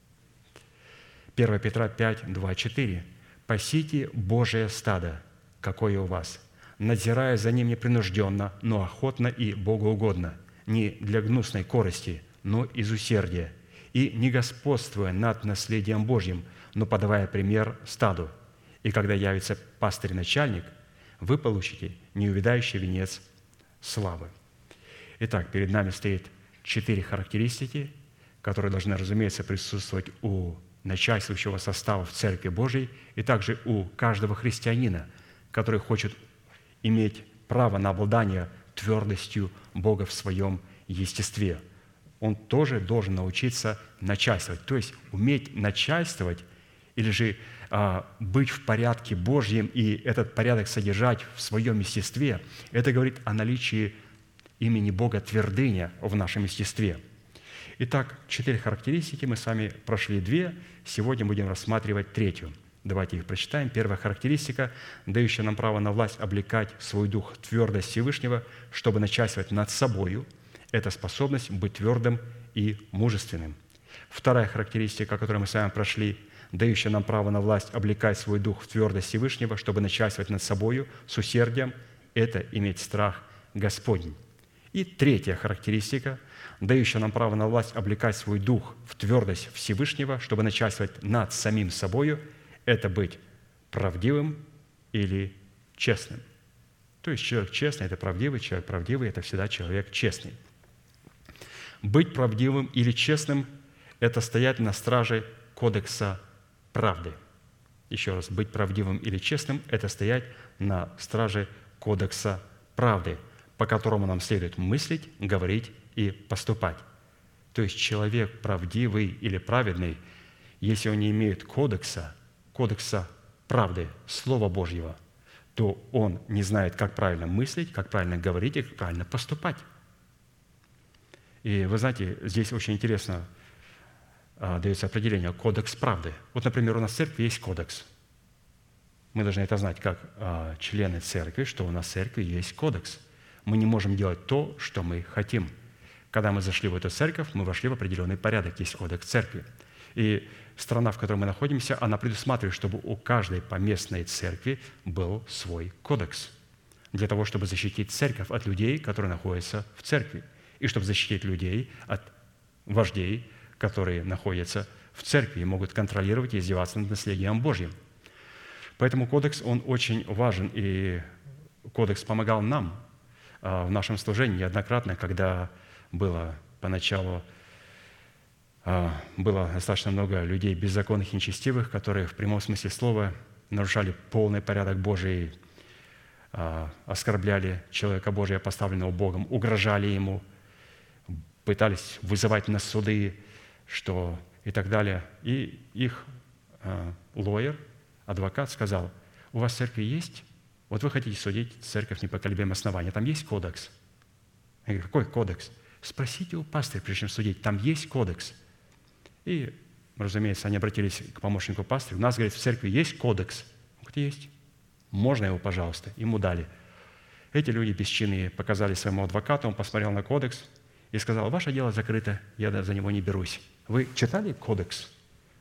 первое Петра пять, два, четыре. «Пасите Божие стадо, какое у вас, надзирая за ним непринужденно, но охотно и богоугодно, не для гнусной корости, но из усердия, и не господствуя над наследием Божьим, но подавая пример стаду. И когда явится пастырь-начальник, вы получите неувядающий венец славы». Итак, перед нами стоит четыре характеристики, которые должны, разумеется, присутствовать у начальствующего состава в Церкви Божией и также у каждого христианина, который хочет иметь право на обладание твердостью Бога в своем естестве. Он тоже должен научиться начальствовать, то есть уметь начальствовать или же а, быть в порядке Божьем и этот порядок содержать в своем естестве. Это говорит о наличии имени Бога твердыня в нашем естестве. Итак, четыре характеристики, мы с вами прошли две, сегодня будем рассматривать третью. Давайте их прочитаем. Первая характеристика, дающая нам право на власть облекать свой дух в твердость Всевышнего, чтобы начальствовать над собою, это способность быть твердым и мужественным. Вторая характеристика, которую мы с вами прошли, дающая нам право на власть облекать свой дух в твердость Всевышнего, чтобы начальствовать над собою с усердием, это иметь страх Господень. И третья характеристика, дающая нам право на власть облекать свой дух в твердость Всевышнего, чтобы начальствовать над самим собою, это быть правдивым или честным. То есть человек честный – это правдивый, человек правдивый – это всегда человек честный. Быть правдивым или честным – это стоять на страже кодекса правды. Еще раз, быть правдивым или честным – это стоять на страже кодекса правды, по которому нам следует мыслить, говорить и поступать. То есть человек правдивый или праведный, если он не имеет кодекса, кодекса правды, Слова Божьего, то он не знает, как правильно мыслить, как правильно говорить и как правильно поступать. И вы знаете, здесь очень интересно а, дается определение «кодекс правды». Вот, например, у нас в церкви есть кодекс. Мы должны это знать, как а, члены церкви, что у нас в церкви есть кодекс. Мы не можем делать то, что мы хотим. Когда мы зашли в эту церковь, мы вошли в определенный порядок, есть кодекс церкви. И страна, в которой мы находимся, она предусматривает, чтобы у каждой поместной церкви был свой кодекс, для того, чтобы защитить церковь от людей, которые находятся в церкви, и чтобы защитить людей от вождей, которые находятся в церкви и могут контролировать и издеваться над наследием Божьим. Поэтому кодекс, он очень важен, и кодекс помогал нам в нашем служении неоднократно, когда было поначалу было достаточно много людей беззаконных и нечестивых, которые в прямом смысле слова нарушали полный порядок Божий, оскорбляли человека Божия, поставленного Богом, угрожали ему, пытались вызывать на суды, что и так далее. И их лоер, адвокат сказал: у вас в церкви есть Вот вы хотите судить церковь непоколебимое основание. Там есть кодекс? Я говорю, какой кодекс? Спросите у пастыря, прежде чем судить. Там есть кодекс. И, разумеется, они обратились к помощнику пастыря. У нас, говорит, в церкви есть кодекс. Он говорит, есть. Можно его, пожалуйста. Ему дали. Эти люди бесчинные показали своему адвокату, он посмотрел на кодекс и сказал, ваше дело закрыто, я за него не берусь. Вы читали кодекс?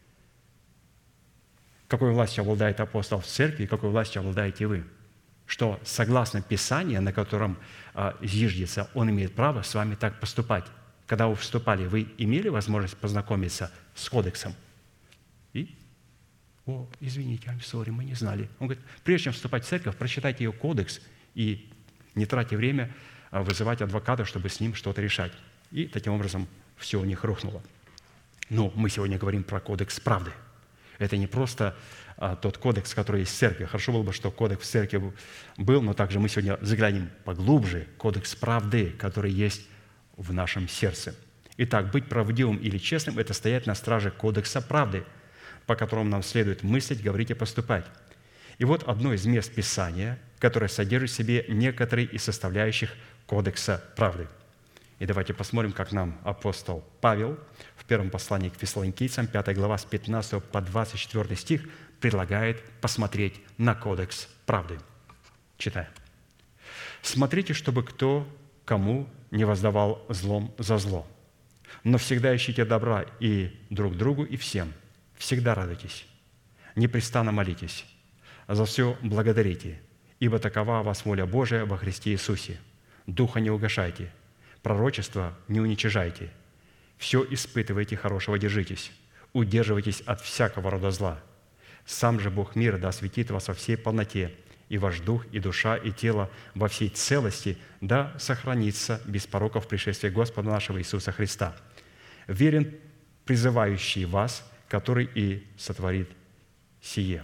Какой властью обладает апостол в церкви и какой властью обладаете вы? Что согласно Писанию, на котором а, зиждется, он имеет право с вами так поступать. Когда вы вступали, вы имели возможность познакомиться с кодексом? И, о, извините, I'm sorry, мы не знали. Он говорит, прежде чем вступать в церковь, прочитайте ее кодекс и не тратьте время а, вызывать адвоката, чтобы с ним что-то решать. И таким образом все у них рухнуло. Но мы сегодня говорим про кодекс правды. Это не просто а, тот кодекс, который есть в церкви. Хорошо было бы, что кодекс в церкви был, но также мы сегодня заглянем поглубже. Кодекс правды, который есть в нашем сердце. Итак, быть правдивым или честным – это стоять на страже кодекса правды, по которому нам следует мыслить, говорить и поступать. И вот одно из мест Писания, которое содержит в себе некоторые из составляющих кодекса правды. И давайте посмотрим, как нам апостол Павел в первом послании к Фессалоникийцам, пятая глава, с пятнадцатого по двадцать четвёртый стих, предлагает посмотреть на кодекс правды. Читаем. «Смотрите, чтобы кто кому не воздавал злом за зло, но всегда ищите добра и друг другу, и всем. Всегда радуйтесь, непрестанно молитесь, за все благодарите, ибо такова о вас воля Божия во Христе Иисусе. Духа не угашайте, пророчество не уничижайте, все испытывайте, хорошего держитесь, удерживайтесь от всякого рода зла. Сам же Бог мира да осветит вас во всей полноте, и ваш дух, и душа, и тело во всей целости да сохранится без порока в пришествии Господа нашего Иисуса Христа. Верен призывающий вас, который и сотворит сие».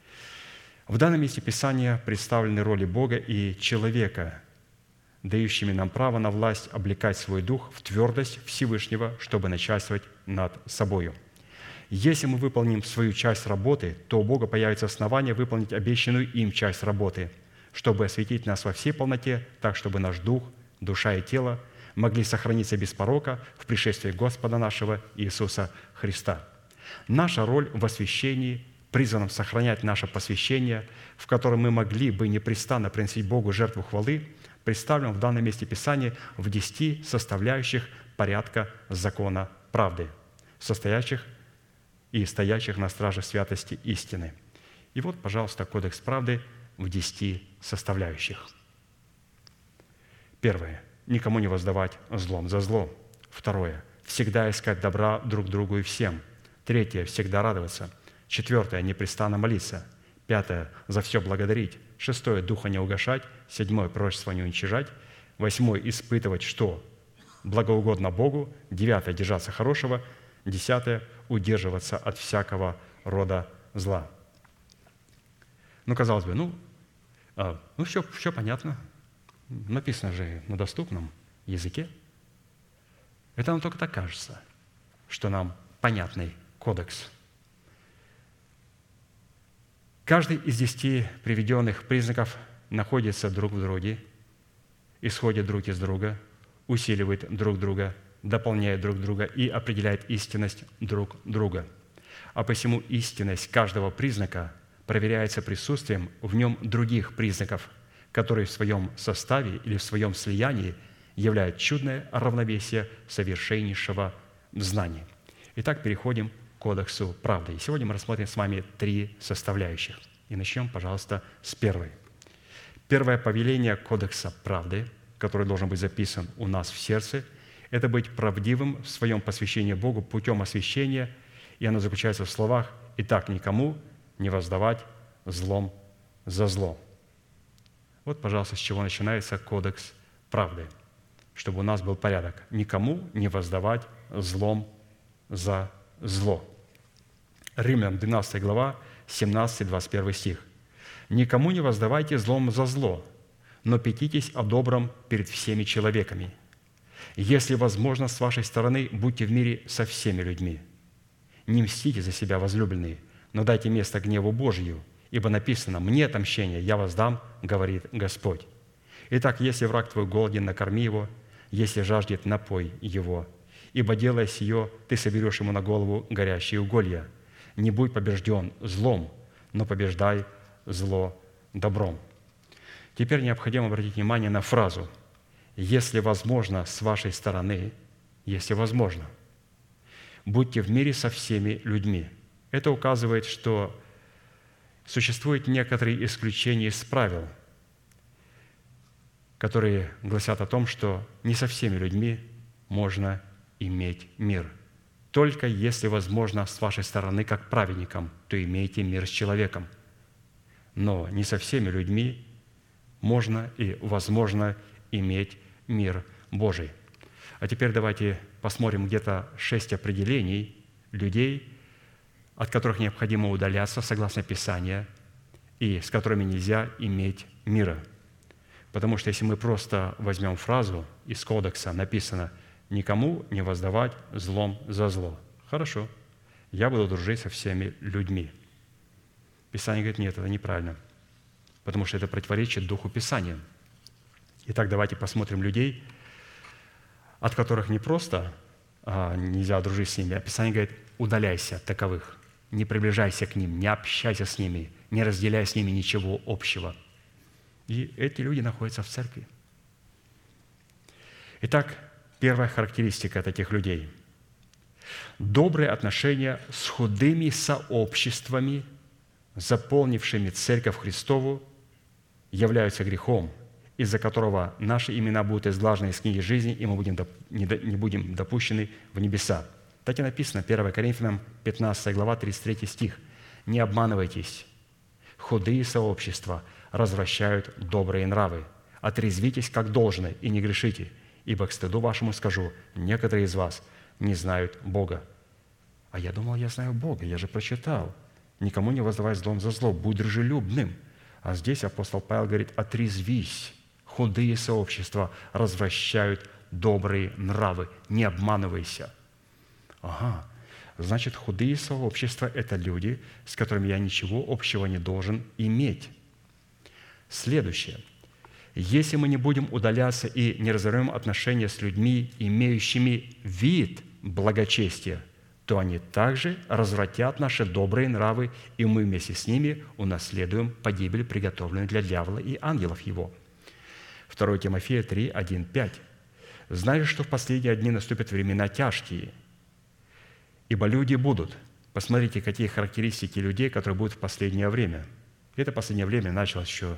В данном месте Писания представлены роли Бога и человека, дающими нам право на власть облекать свой дух в твердость Всевышнего, чтобы начальствовать над собою. Если мы выполним свою часть работы, то у Бога появится основание выполнить обещанную им часть работы, чтобы осветить нас во всей полноте, так, чтобы наш дух, душа и тело могли сохраниться без порока в пришествии Господа нашего Иисуса Христа. Наша роль в освящении, призванном сохранять наше посвящение, в котором мы могли бы непрестанно приносить Богу жертву хвалы, представлен в данном месте Писания в десяти составляющих порядка закона правды, состоящих и стоящих на страже святости истины. И вот, пожалуйста, кодекс правды в десяти составляющих. Первое. Никому не воздавать злом за зло. Второе. Всегда искать добра друг другу и всем. Третье. Всегда радоваться. Четвертое. Непрестанно молиться. Пятое. За все благодарить. Шестое. Духа не угашать. Седьмое. Пророчество не уничижать. Восьмое. Испытывать, что благоугодно Богу. Девятое. Держаться хорошего. Десятое. Удерживаться от всякого рода зла. Ну, казалось бы, ну, а, ну все, все понятно. Написано же на доступном языке. Это нам только так кажется, что нам понятный кодекс. Каждый из десяти приведенных признаков находится друг в друге, исходит друг из друга, усиливает друг друга, дополняет друг друга и определяет истинность друг друга. А посему истинность каждого признака проверяется присутствием в нем других признаков, которые в своем составе или в своем слиянии являют чудное равновесие совершеннейшего знания. Итак, переходим к кодексу правды. И сегодня мы рассмотрим с вами три составляющих. И начнем, пожалуйста, с первой. Первое повеление кодекса правды, который должен быть записан у нас в сердце, это быть правдивым в своем посвящении Богу путем освящения, и оно заключается в словах «Итак, никому не воздавать злом за зло». Вот, пожалуйста, с чего начинается кодекс правды, чтобы у нас был порядок. Никому не воздавать злом за зло. Римлянам двенадцатая глава, семнадцатый двадцать первый стих. «Никому не воздавайте злом за зло, но пекитесь о добром перед всеми человеками. Если возможно, с вашей стороны, будьте в мире со всеми людьми. Не мстите за себя, возлюбленные, но дайте место гневу Божию, Ибо написано: «Мне отомщение, я воздам, говорит Господь». Итак, если враг твой голоден, накорми его, если жаждет, напой его. Ибо, делая сие, ты соберешь ему на голову горящие уголья. Не будь побежден злом, но побеждай зло добром». Теперь необходимо обратить внимание на фразу «если возможно с вашей стороны», если возможно, будьте в мире со всеми людьми. Это указывает, что существуют некоторые исключения из правил, которые гласят о том, что не со всеми людьми можно иметь мир. Только если возможно с вашей стороны, как праведникам, то имейте мир с человеком. Но не со всеми людьми можно и возможно иметь мир Божий. А теперь давайте посмотрим где-то шесть определений людей, от которых необходимо удаляться согласно Писанию и с которыми нельзя иметь мира. Потому что если мы просто возьмем фразу из Кодекса, написано «никому не воздавать злом за зло». Хорошо, я буду дружить со всеми людьми. Писание говорит: нет, это неправильно, потому что это противоречит Духу Писания. Итак, давайте посмотрим людей, от которых не просто а, нельзя дружить с ними, а Писание говорит: удаляйся от таковых, не приближайся к ним, не общайся с ними, не разделяй с ними ничего общего. И эти люди находятся в церкви. Итак, первая характеристика таких людей – добрые отношения с худыми сообществами, заполнившими церковь Христову, являются грехом, из-за которого наши имена будут изглажены из книги жизни, и мы будем, не будем допущены в небеса. Так и написано, первое Коринфянам пятнадцатая глава, тридцать третий стих. «Не обманывайтесь, худые сообщества развращают добрые нравы. Отрезвитесь, как должно, и не грешите, ибо к стыду вашему скажу, некоторые из вас не знают Бога». А я думал, я знаю Бога, я же прочитал. «Никому не воздавай злом за зло, будь дружелюбным». А здесь апостол Павел говорит: «Отрезвись, худые сообщества развращают добрые нравы, не обманывайся». Ага, значит, худые сообщества – это люди, с которыми я ничего общего не должен иметь. Следующее. Если мы не будем удаляться и не разорвем отношения с людьми, имеющими вид благочестия, то они также развратят наши добрые нравы, и мы вместе с ними унаследуем погибель, приготовленную для дьявола и ангелов его. второе Тимофея три, один, пять. «Знаешь, что в последние дни наступят времена тяжкие, ибо люди будут». Посмотрите, какие характеристики людей, которые будут в последнее время. Это последнее время началось еще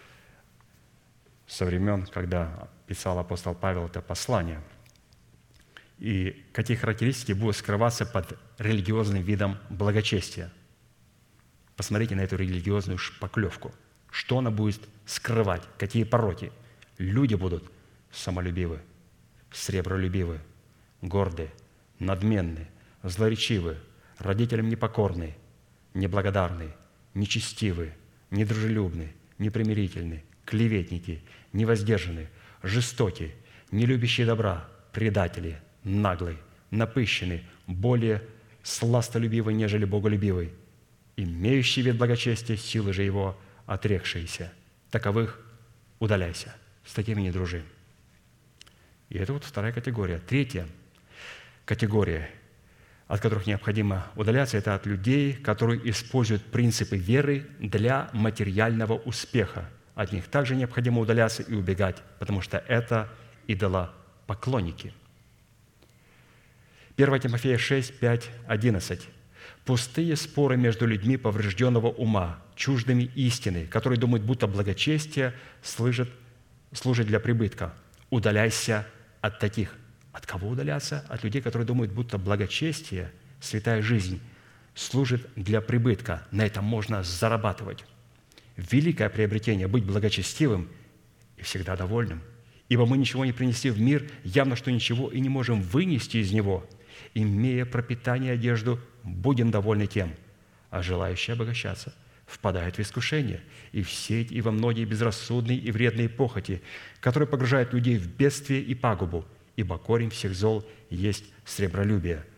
со времен, когда писал апостол Павел это послание. И какие характеристики будут скрываться под религиозным видом благочестия. Посмотрите на эту религиозную шпаклевку. Что она будет скрывать? Какие пороки? Люди будут самолюбивы, сребролюбивы, горды, надменны, злоречивы, родителям непокорны, неблагодарны, нечестивы, недружелюбны, непримирительны, клеветники, невоздержаны, жестоки, не любящие добра, предатели, наглый, напыщенный, более сластолюбивый, нежели боголюбивый, имеющий вид благочестия, силы же его отрекшиеся. Таковых удаляйся, с такими не дружи. И это вот вторая категория. Третья категория, от которых необходимо удаляться, это от людей, которые используют принципы веры для материального успеха. От них также необходимо удаляться и убегать, потому что это идолопоклонники. первое Тимофея шесть, пять, одиннадцать. «Пустые споры между людьми поврежденного ума, чуждыми истины, которые думают, будто благочестие служит, служит для прибытка. Удаляйся от таких». От кого удаляться? От людей, которые думают, будто благочестие, святая жизнь, служит для прибытка. На этом можно зарабатывать. Великое приобретение – быть благочестивым и всегда довольным. Ибо мы ничего не принесли в мир, явно, что ничего и не можем вынести из него. Имея пропитание и одежду, будем довольны тем. А желающие обогащаться впадают в искушение и в сеть, и во многие безрассудные и вредные похоти, которые погружают людей в бедствие и пагубу, ибо корень всех зол есть сребролюбие.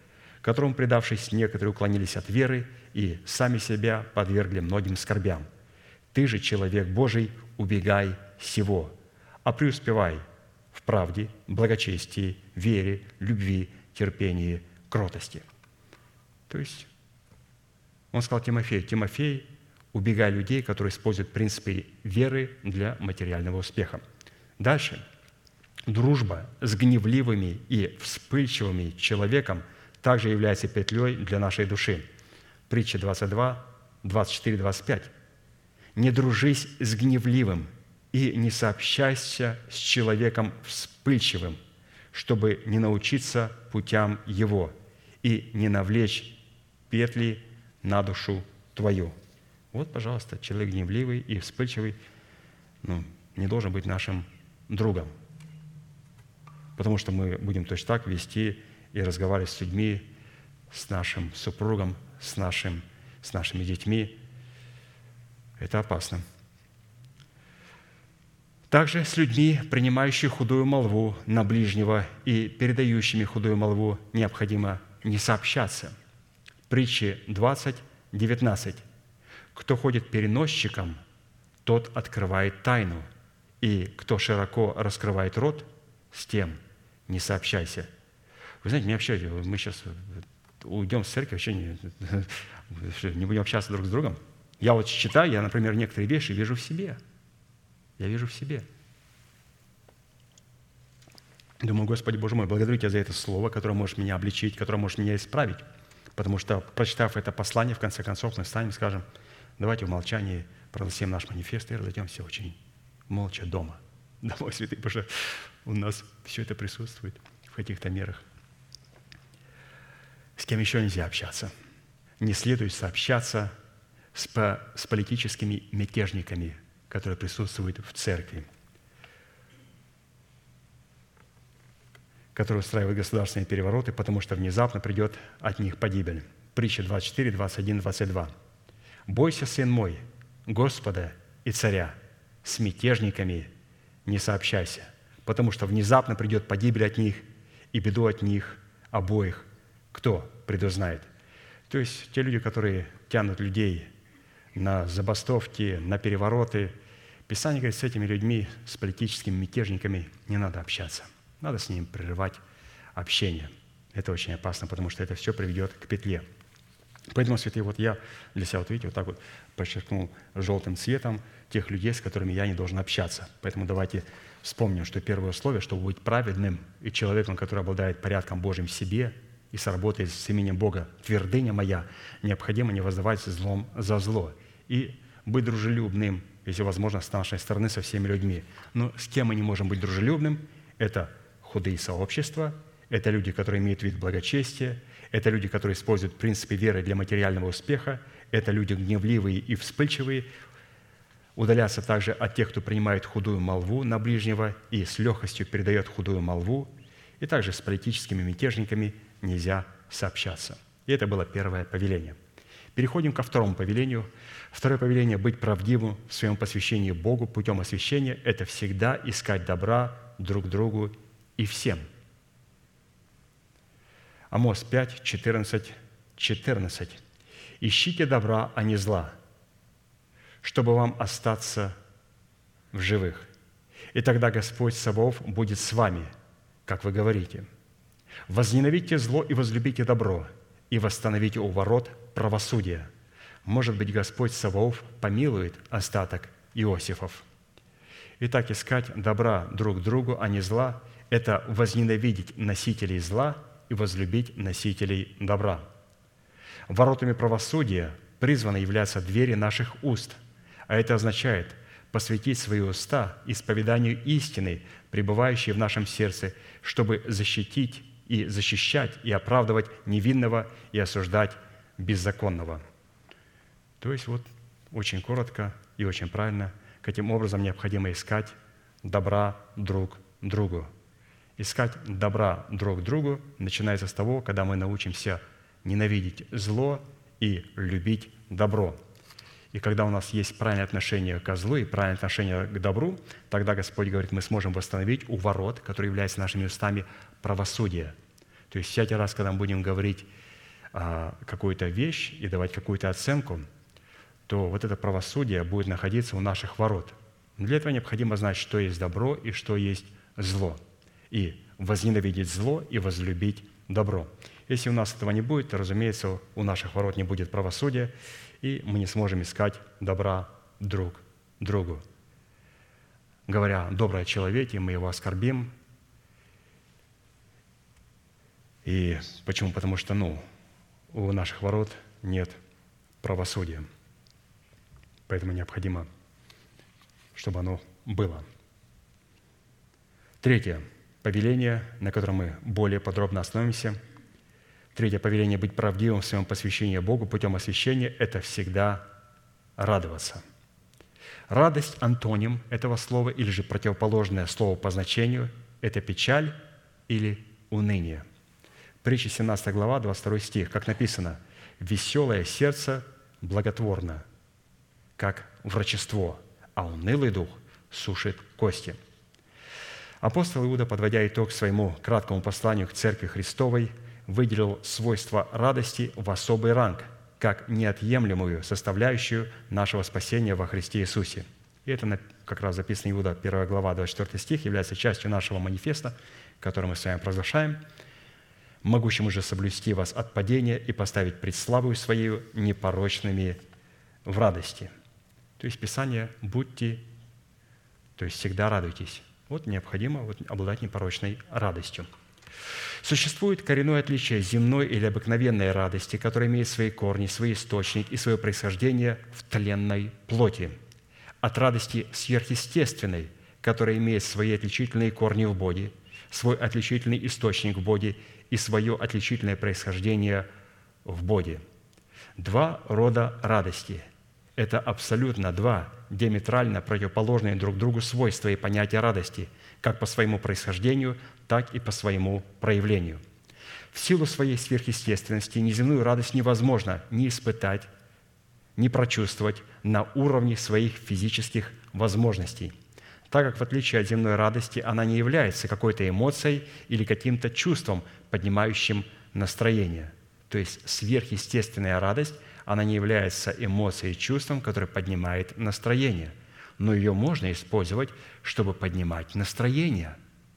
которому, предавшись, некоторые уклонились от веры и сами себя подвергли многим скорбям. Ты же, человек Божий, убегай сего, а преуспевай в правде, благочестии, вере, любви, терпении, кротости». То есть он сказал Тимофею: «Тимофей, убегай людей, которые используют принципы веры для материального успеха». Дальше. Дружба с гневливыми и вспыльчивыми человеком также является петлей для нашей души. Притча двадцать два, двадцать четыре, двадцать пять. «Не дружись с гневливым и не сообщайся с человеком вспыльчивым, чтобы не научиться путям его и не навлечь петли на душу твою». Вот, пожалуйста, человек гневливый и вспыльчивый ну, не должен быть нашим другом, потому что мы будем точно так вести и разговаривать с людьми, с нашим супругом, с, нашим, с нашими детьми. Это опасно. Также с людьми, принимающими худую молву на ближнего и передающими худую молву, необходимо не сообщаться. Притчи двадцать, девятнадцать. «Кто ходит переносчиком, тот открывает тайну, и кто широко раскрывает рот, с тем не сообщайся». Вы знаете, не общайтесь, мы сейчас уйдем с церкви, вообще не, не будем общаться друг с другом. Я вот читаю, я, например, некоторые вещи вижу в себе. Я вижу в себе. Думаю: Господи, Боже мой, благодарю Тебя за это слово, которое может меня обличить, которое может меня исправить. Потому что, прочитав это послание, в конце концов, мы встанем и скажем: давайте в молчании прогласим наш манифест и разойдемся очень молча дома. Домой, святые, потому что у нас все это присутствует в каких-то мерах. С кем еще нельзя общаться? Не следует сообщаться с, по, с политическими мятежниками, которые присутствуют в церкви, которые устраивают государственные перевороты, потому что внезапно придет от них погибель. Притча двадцать четыре, двадцать один, двадцать два. «Бойся, сын мой, Господа и царя, с мятежниками не сообщайся, потому что внезапно придет погибель от них, и беду от них обоих кто предузнает». То есть те люди, которые тянут людей на забастовки, на перевороты, Писание говорит, с этими людьми, с политическими мятежниками не надо общаться. Надо с ними прерывать общение. Это очень опасно, потому что это все приведет к петле. Поэтому, святые, вот я для себя, вот видите, вот так вот подчеркнул желтым цветом тех людей, с которыми я не должен общаться. Поэтому давайте вспомним, что первое условие, чтобы быть праведным и человеком, который обладает порядком Божьим в себе и сработает с именем Бога, твердыня моя, необходимо не воздавать злом за зло и быть дружелюбным, если возможно, с нашей стороны со всеми людьми. Но с кем мы не можем быть дружелюбным? Это худые сообщества, это люди, которые имеют вид благочестия, это люди, которые используют принципы веры для материального успеха, это люди гневливые и вспыльчивые. Удаляться также от тех, кто принимает худую молву на ближнего и с легкостью передает худую молву, и также с политическими мятежниками нельзя сообщаться. И это было первое повеление. Переходим ко второму повелению. Второе повеление – быть правдивым в своем посвящении Богу путем освящения – это всегда искать добра друг другу и всем. Амос пять, четырнадцать, четырнадцать. «Ищите добра, а не зла, чтобы вам остаться в живых. И тогда Господь Саваоф будет с вами, как вы говорите. Возненавидьте зло и возлюбите добро, и восстановите у ворот правосудие. Может быть, Господь Саваоф помилует остаток Иосифов». Итак, искать добра друг другу, а не зла – это возненавидеть носителей зла и возлюбить носителей добра. Воротами правосудия призваны являться двери наших уст, а это означает посвятить свои уста исповеданию истины, пребывающей в нашем сердце, чтобы защитить и защищать, и оправдывать невинного и осуждать беззаконного. То есть вот очень коротко и очень правильно, каким образом необходимо искать добра друг другу. Искать добра друг другу начинается с того, когда мы научимся ненавидеть зло и любить добро. И когда у нас есть правильное отношение к злу и правильное отношение к добру, тогда Господь говорит, мы сможем восстановить у ворот, которые являются нашими устами, правосудие. То есть всякий раз, когда мы будем говорить а, какую-то вещь и давать какую-то оценку, то вот это правосудие будет находиться у наших ворот. Для этого необходимо знать, что есть добро и что есть зло, и возненавидеть зло и возлюбить добро. Если у нас этого не будет, то, разумеется, у наших ворот не будет правосудия, и мы не сможем искать добра друг другу. Говоря доброе о человеке, мы его оскорбим. И почему? Потому что ну, у наших ворот нет правосудия. Поэтому необходимо, чтобы оно было. Третье повеление, на котором мы более подробно остановимся. Третье повеление – быть правдивым в своем посвящении Богу путем освящения – это всегда радоваться. Радость – антоним этого слова, или же противоположное слову по значению – это печаль или уныние. Притча семнадцатая глава, двадцать второй стих, как написано: «Веселое сердце благотворно, как врачество, а унылый дух сушит кости». Апостол Иуда, подводя итог своему краткому посланию к Церкви Христовой, выделил свойство радости в особый ранг, как неотъемлемую составляющую нашего спасения во Христе Иисусе. И это как раз записано Иуда, первая глава, двадцать четвёртый стих, является частью нашего манифеста, который мы с вами провозглашаем: «Могущему же соблюсти вас от падения и поставить пред славою Своею непорочными в радости». То есть Писание «будьте», то есть всегда радуйтесь. Вот необходимо вот обладать непорочной радостью. Существует коренное отличие земной или обыкновенной радости, которая имеет свои корни, свой источник и свое происхождение в тленной плоти, от радости сверхъестественной, которая имеет свои отличительные корни в Боге, свой отличительный источник в Боге и свое отличительное происхождение в Боге. Два рода радости – это абсолютно два диаметрально противоположные друг другу свойства и понятия радости, как по своему происхождению, так и по своему проявлению. В силу своей сверхъестественности неземную радость невозможно ни испытать, ни прочувствовать на уровне своих физических возможностей, так как, в отличие от земной радости, она не является какой-то эмоцией или каким-то чувством, поднимающим настроение. То есть сверхъестественная радость, она не является эмоцией и чувством, которое поднимает настроение, но ее можно использовать, чтобы поднимать настроение.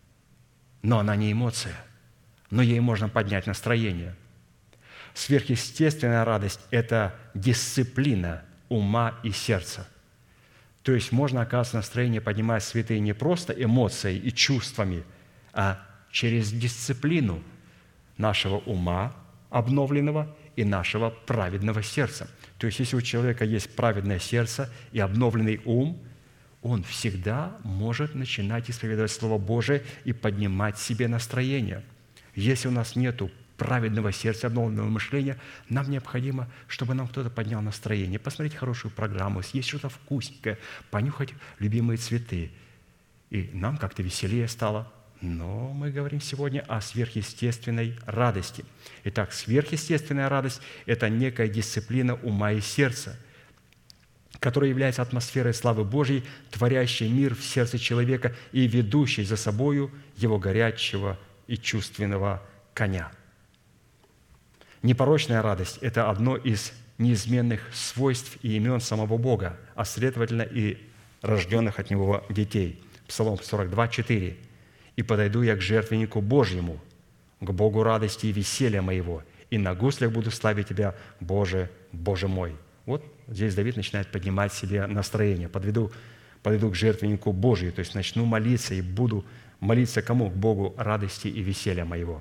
Но она не эмоция, но ей можно поднять настроение. Сверхъестественная радость – это дисциплина ума и сердца. То есть можно, оказывается, настроение поднимать святые не просто эмоцией и чувствами, а через дисциплину нашего ума обновленного и нашего праведного сердца. То есть если у человека есть праведное сердце и обновленный ум, он всегда может начинать исповедовать Слово Божие и поднимать себе настроение. Если у нас нет праведного сердца, обновленного мышления, нам необходимо, чтобы нам кто-то поднял настроение, посмотреть хорошую программу, съесть что-то вкусненькое, понюхать любимые цветы. И нам как-то веселее стало. Но мы говорим сегодня о сверхъестественной радости. Итак, сверхъестественная радость – это некая дисциплина ума и сердца, которая является атмосферой славы Божьей, творящей мир в сердце человека и ведущей за собою его горячего и чувственного коня. Непорочная радость – это одно из неизменных свойств и имен самого Бога, а следовательно и рожденных от Него детей. Псалом сорок два, четыре. «И подойду я к жертвеннику Божьему, к Богу радости и веселья моего, и на гуслях буду славить Тебя, Боже, Боже мой». Вот здесь Давид начинает поднимать себе настроение. Подведу, подойду к жертвеннику Божию, то есть начну молиться и буду молиться кому? К Богу радости и веселья моего.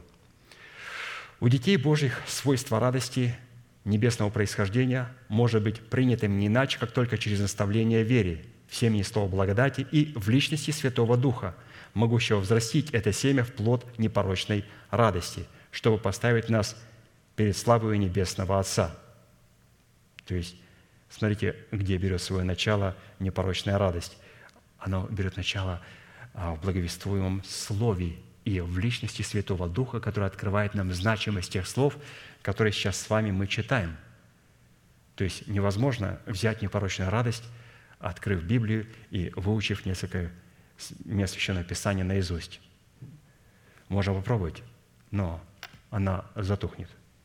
У детей Божьих свойство радости небесного происхождения может быть принятым не иначе, как только через наставление вере, в семени слова благодати и в личности Святого Духа, могущего взрастить это семя в плод непорочной радости, чтобы поставить нас перед славою Небесного Отца. То есть, смотрите, где берет свое начало непорочная радость. Оно берет начало в благовествуемом Слове и в личности Святого Духа, который открывает нам значимость тех слов, которые сейчас с вами мы читаем. То есть невозможно взять непорочную радость, открыв Библию и выучив несколько мест Священного Писания наизусть. Можно попробовать, но она затухнет.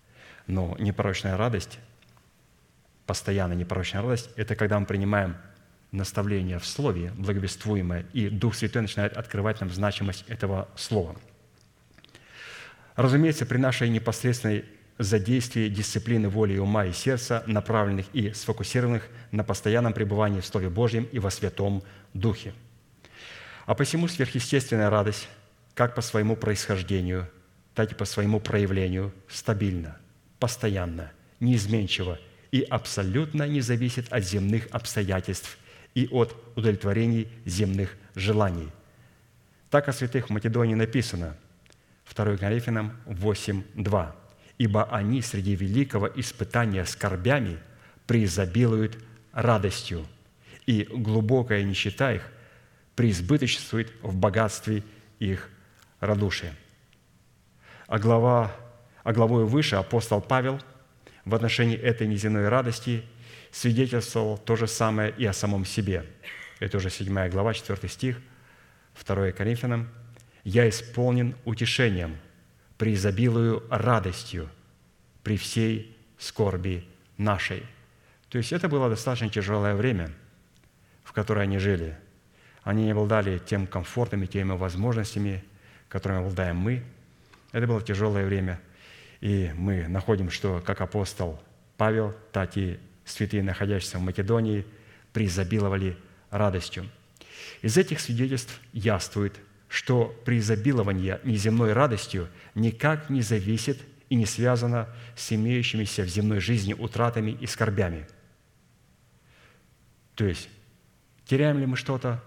Но непорочная радость, постоянная непорочная радость – это когда мы принимаем наставление в Слове, благовествуемое, и Дух Святой начинает открывать нам значимость этого Слова. Разумеется, при нашей непосредственной задействии дисциплины воли и ума и сердца, направленных и сфокусированных на постоянном пребывании в Слове Божьем и во Святом Духе. А посему сверхъестественная радость, как по своему происхождению, так и по своему проявлению, стабильна, постоянна, неизменчива и абсолютно не зависит от земных обстоятельств и от удовлетворений земных желаний. Так о святых в Македонии написано, второе Коринфянам восемь два. «Ибо они среди великого испытания скорбями преизобилуют радостью, и глубокая нищета их преизбыточествует в богатстве их радушия». А, глава, а главою выше апостол Павел в отношении этой неземной радости свидетельствовал то же самое и о самом себе. Это уже седьмая глава, четвёртый стих, второе Коринфянам. «Я исполнен утешением, преизобилую радостью при всей скорби нашей». То есть это было достаточно тяжелое время, в которое они жили. Они не обладали тем комфортом и теми возможностями, которыми обладаем мы. Это было тяжелое время. И мы находим, что как апостол Павел, так и святые, находящиеся в Македонии, преизобиловали радостью. Из этих свидетельств яствует, что преизобилование неземной радостью никак не зависит и не связано с имеющимися в земной жизни утратами и скорбями. То есть, теряем ли мы что-то,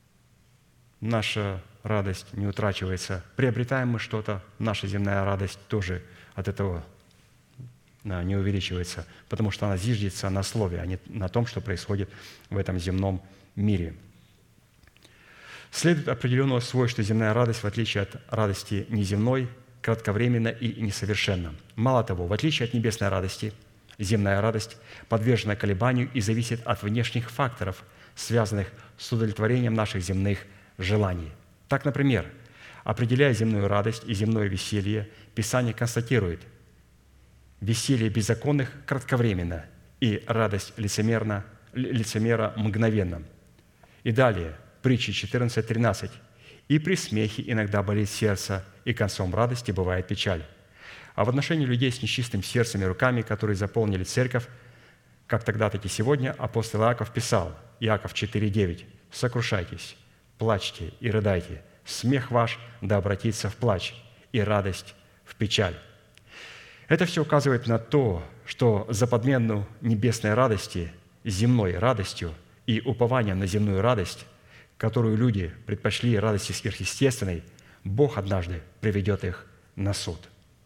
наша радость не утрачивается. Приобретаем мы что-то, наша земная радость тоже от этого не увеличивается, потому что она зиждется на Слове, а не на том, что происходит в этом земном мире. Следует определенного свойства земная радость, в отличие от радости неземной, кратковременна и несовершенна. Мало того, в отличие от небесной радости, земная радость подвержена колебанию и зависит от внешних факторов, связанных с удовлетворением наших земных желаний. Так, например, определяя земную радость и земное веселье, Писание констатирует: веселье беззаконных кратковременно и радость лицемерна, лицемера мгновенно. И далее, притча четырнадцать тринадцать. «И при смехе иногда болит сердце, и концом радости бывает печаль». А в отношении людей с нечистым сердцем и руками, которые заполнили церковь, как тогда, так и сегодня, апостол Иаков писал, Иаков четыре девять: «Сокрушайтесь, плачьте и рыдайте, смех ваш да обратится в плач, и радость в печаль». Это все указывает на то, что за подмену небесной радости земной радостью и упованием на земную радость, которую люди предпочли радости сверхъестественной, Бог однажды приведет их на суд.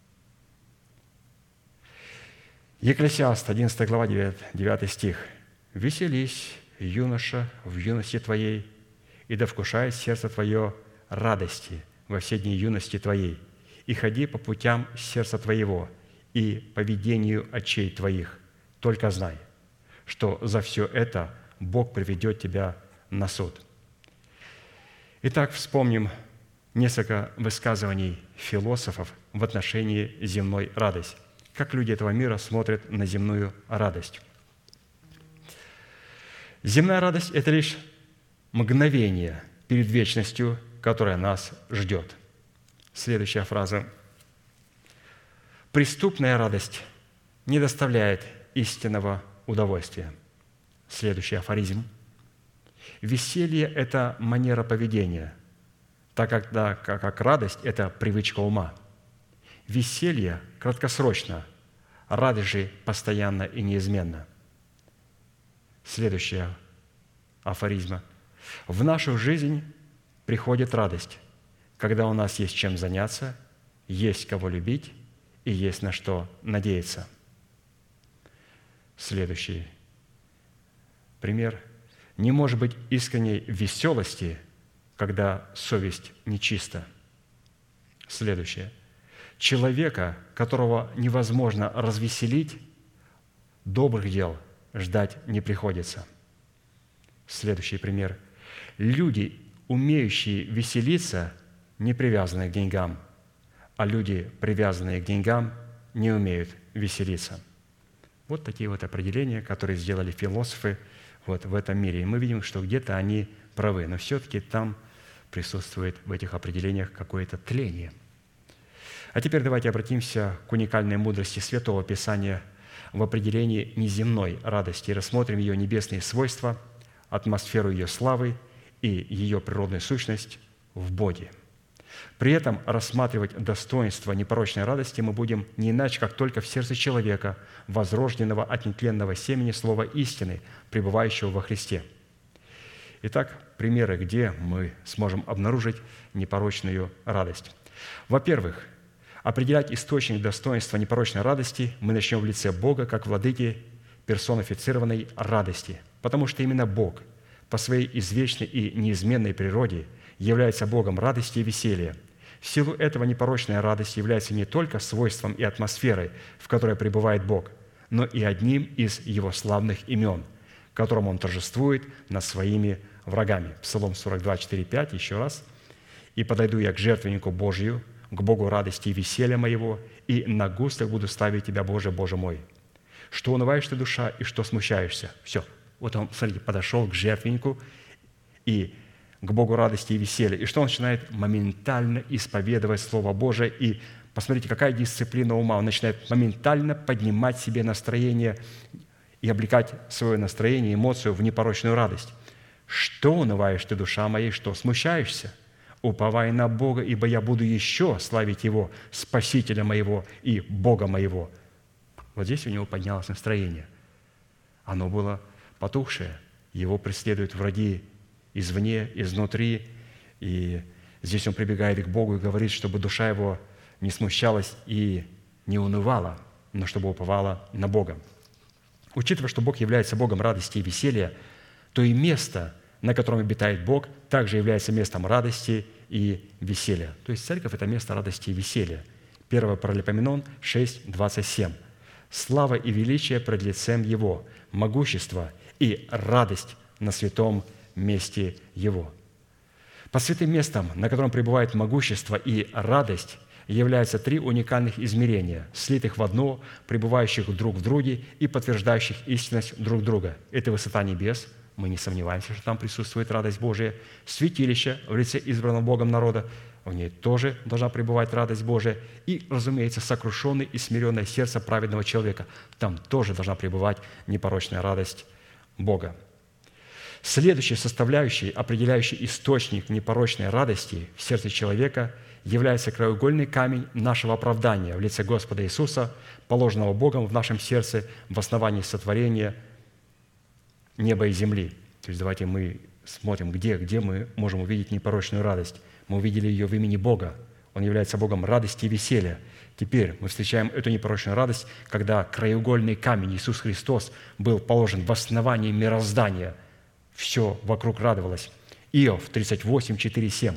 Екклесиаст, одиннадцатая глава, девятый стих. «Веселись, юноша, в юности твоей, и да вкушает сердце твое радости во все дни юности твоей, и ходи по путям сердца твоего и по ведению очей твоих. Только знай, что за все это Бог приведет тебя на суд». Итак, вспомним несколько высказываний философов в отношении земной радости. Как люди этого мира смотрят на земную радость. Земная радость – это лишь мгновение перед вечностью, которая нас ждет. Следующая фраза. «Преступная радость не доставляет истинного удовольствия». Следующий афоризм. «Веселье – это манера поведения, так как, да, как радость – это привычка ума. Веселье краткосрочно, радость же постоянно и неизменно». Следующая афоризма. «В нашу жизнь приходит радость, когда у нас есть чем заняться, есть кого любить и есть на что надеяться». Следующий пример. «Не может быть искренней веселости, когда совесть нечиста». Следующее. «Человека, которого невозможно развеселить, добрых дел ждать не приходится». Следующий пример. «Люди, умеющие веселиться, не привязаны к деньгам, а люди, привязанные к деньгам, не умеют веселиться. Вот такие вот определения, которые сделали философы вот в этом мире. И мы видим, что где-то они правы, но все-таки там присутствует в этих определениях какое-то тление. А теперь давайте обратимся к уникальной мудрости Святого Писания в определении неземной радости и рассмотрим ее небесные свойства, атмосферу ее славы и ее природную сущность в Боге. При этом рассматривать достоинство непорочной радости мы будем не иначе, как только в сердце человека, возрожденного от нетленного семени слова истины, пребывающего во Христе. Итак, примеры, где мы сможем обнаружить непорочную радость. Во-первых, определять источник достоинства непорочной радости мы начнем в лице Бога как владыки персонифицированной радости, потому что именно Бог по своей извечной и неизменной природе является Богом радости и веселья. В силу этого непорочная радость является не только свойством и атмосферой, в которой пребывает Бог, но и одним из Его славных имен, которым Он торжествует над своими врагами. Псалом сорок два, четыре, пять, еще раз. «И подойду я к жертвеннику Божию, к Богу радости и веселья моего, и на гуслях буду ставить Тебя, Боже, Боже мой. Что унываешь ты, душа, и что смущаешься?» Все. Вот он, смотрите, подошел к жертвеннику и к Богу радости и веселья. И что он начинает? Моментально исповедовать Слово Божие. И посмотрите, какая дисциплина ума. Он начинает моментально поднимать себе настроение и облекать свое настроение, эмоцию в непорочную радость. «Что унываешь ты, душа моя, что смущаешься? Уповай на Бога, ибо я буду еще славить Его, Спасителя моего и Бога моего». Вот здесь у него поднялось настроение. Оно было потухшее. Его преследуют враги извне, изнутри. И здесь он прибегает к Богу и говорит, чтобы душа его не смущалась и не унывала, но чтобы уповала на Бога. Учитывая, что Бог является Богом радости и веселья, то и место, на котором обитает Бог, также является местом радости и веселья. То есть церковь – это место радости и веселья. первое Паралипоменон шесть, двадцать семь. «Слава и величие пред лицем Его, могущество и радость на святом месте Его». По святым местам, на котором пребывает могущество и радость, являются три уникальных измерения, слитых в одно, пребывающих друг в друге и подтверждающих истинность друг друга. Это высота небес, мы не сомневаемся, что там присутствует радость Божия, святилище в лице избранного Богом народа, в ней тоже должна пребывать радость Божия, и, разумеется, сокрушенное и смиренное сердце праведного человека, там тоже должна пребывать непорочная радость Бога. Следующей составляющей, определяющей источник непорочной радости в сердце человека, является краеугольный камень нашего оправдания в лице Господа Иисуса, положенного Богом в нашем сердце в основании сотворения неба и земли. То есть давайте мы смотрим, где, где мы можем увидеть непорочную радость. Мы увидели ее в имени Бога. Он является Богом радости и веселья. Теперь мы встречаем эту непорочную радость, когда краеугольный камень Иисус Христос был положен в основании мироздания. Все вокруг радовалось. Иов тридцать восемь, четыре, семь.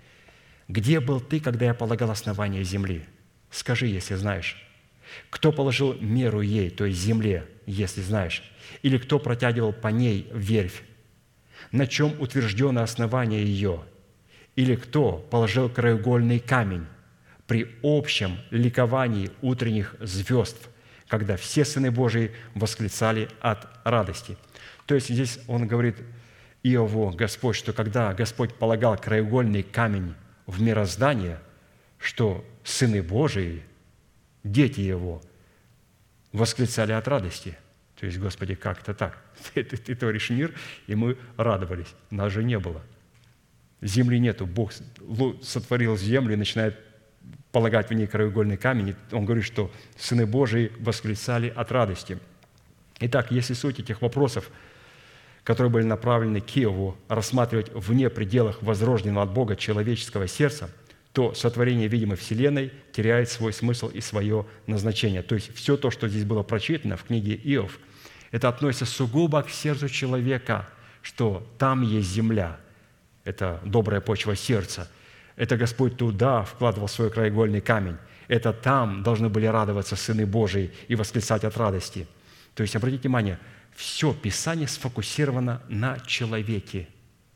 «Где был ты, когда я полагал основание земли? Скажи, если знаешь. Кто положил меру ей, то есть земле, если знаешь? Или кто протягивал по ней верфь? На чем утверждено основание ее? Или кто положил краеугольный камень при общем ликовании утренних звезд, когда все сыны Божии восклицали от радости?» То есть здесь он говорит Иову, Господь, что когда Господь полагал краеугольный камень в мироздание, что сыны Божии, дети Его, восклицали от радости. То есть, Господи, как это так? Ты, ты, ты творишь мир, и мы радовались. Нас же не было. Земли нету. Бог сотворил землю и начинает полагать в ней краеугольный камень. Он говорит, что сыны Божии восклицали от радости. Итак, если суть этих вопросов, которые были направлены к Иову, рассматривать вне пределах возрожденного от Бога человеческого сердца, то сотворение видимой Вселенной теряет свой смысл и свое назначение. То есть все то, что здесь было прочитано в книге Иов, это относится сугубо к сердцу человека, что там есть земля, это добрая почва сердца, это Господь туда вкладывал свой краеугольный камень, это там должны были радоваться сыны Божии и восклицать от радости. То есть, обратите внимание, все Писание сфокусировано на человеке.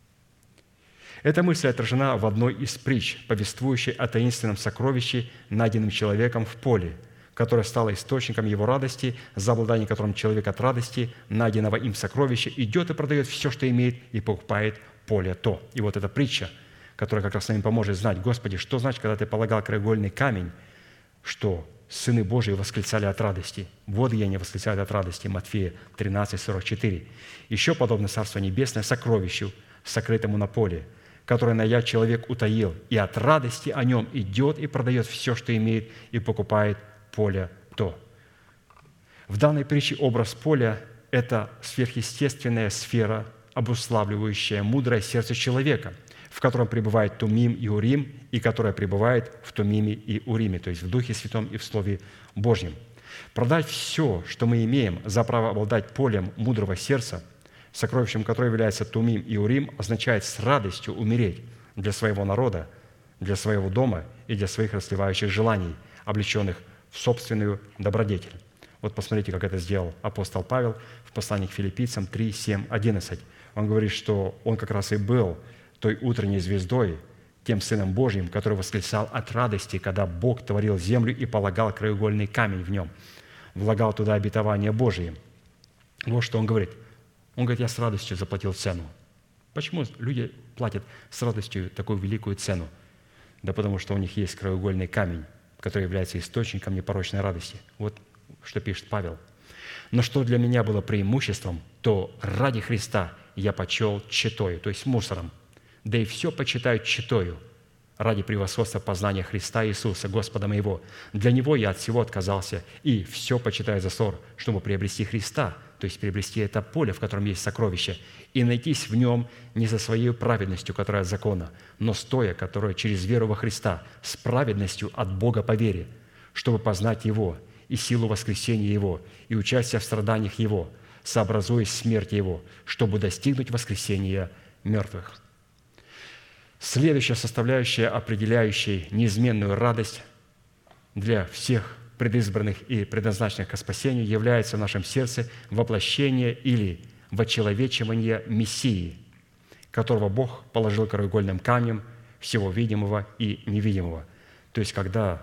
Эта мысль отражена в одной из притч, повествующей о таинственном сокровище, найденном человеком в поле, которое стало источником его радости, за обладание которым человек от радости, найденного им сокровища, идет и продает все, что имеет, и покупает поле то». И вот эта притча, которая как раз нам поможет знать: Господи, что значит, когда Ты полагал краеугольный камень, что сыны Божии восклицали от радости. Вот я не восклицаю от радости. Матфея тринадцать, сорок четыре. «Еще подобно Царство Небесное сокровищу, сокрытому на поле, которое найдя человек утаил, и от радости о нем идет и продает все, что имеет, и покупает поле то». В данной притче образ поля – это сверхъестественная сфера, обуславливающая мудрое сердце человека, в котором пребывает Тумим и Урим, и которое пребывает в Тумиме и Уриме, то есть в Духе Святом и в Слове Божьем. Продать все, что мы имеем, за право обладать полем мудрого сердца, сокровищем которого является Тумим и Урим, означает с радостью умереть для своего народа, для своего дома и для своих расливающих желаний, облеченных в собственную добродетель. Вот посмотрите, как это сделал апостол Павел в послании к Филиппийцам три, семь, одиннадцать. Он говорит, что он как раз и был той утренней звездой, тем Сыном Божьим, который восклицал от радости, когда Бог творил землю и полагал краеугольный камень в нем, влагал туда обетование Божие. Вот что он говорит. Он говорит: я с радостью заплатил цену. Почему люди платят с радостью такую великую цену? Да потому что у них есть краеугольный камень, который является источником непорочной радости. Вот что пишет Павел. «Но что для меня было преимуществом, то ради Христа я почел тщетою», то есть мусором. «Да и все почитаю тщетою ради превосходства познания Христа Иисуса, Господа моего. Для Него я от всего отказался, и все почитаю за ссор, чтобы приобрести Христа», то есть приобрести это поле, в котором есть сокровище, «и найтись в нем не за своей праведностью, которая от закона, но стоя, которая через веру во Христа, с праведностью от Бога по вере, чтобы познать Его и силу воскресения Его, и участие в страданиях Его, сообразуясь смерти Его, чтобы достигнуть воскресения мертвых». Следующая составляющая, определяющая неизменную радость для всех предизбранных и предназначенных к спасению, является в нашем сердце воплощение или вочеловечивание Мессии, которого Бог положил краеугольным камнем всего видимого и невидимого. То есть, когда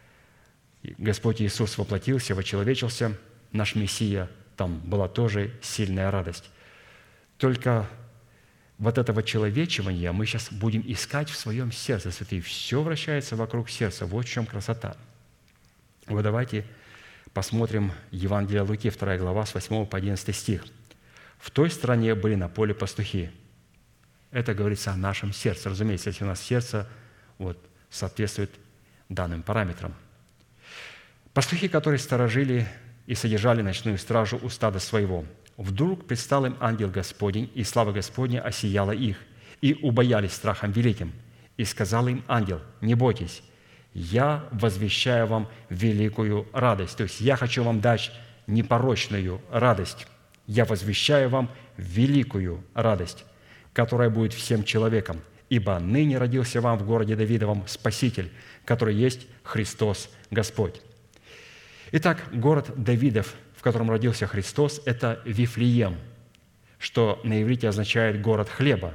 Господь Иисус воплотился, вочеловечился, наш Мессия, там была тоже сильная радость. Только вот этого человечивания мы сейчас будем искать в своем сердце, святые. Все вращается вокруг сердца. Вот в чем красота. Вот давайте посмотрим Евангелие Луки, вторая глава, с восьмого по одиннадцатый стих. «В той стране были на поле пастухи». Это говорится о нашем сердце. Разумеется, если у нас сердце вот, соответствует данным параметрам. «Пастухи, которые сторожили и содержали ночную стражу у стада своего, вдруг предстал им ангел Господень, и слава Господня осияла их, и убоялись страхом великим. И сказал им ангел: не бойтесь, я возвещаю вам великую радость». То есть я хочу вам дать непорочную радость. Я возвещаю вам великую радость, которая будет всем человекам, ибо ныне родился вам в городе Давидовом Спаситель, который есть Христос Господь. Итак, город Давидов, в котором родился Христос, это Вифлеем, что на иврите означает «город хлеба».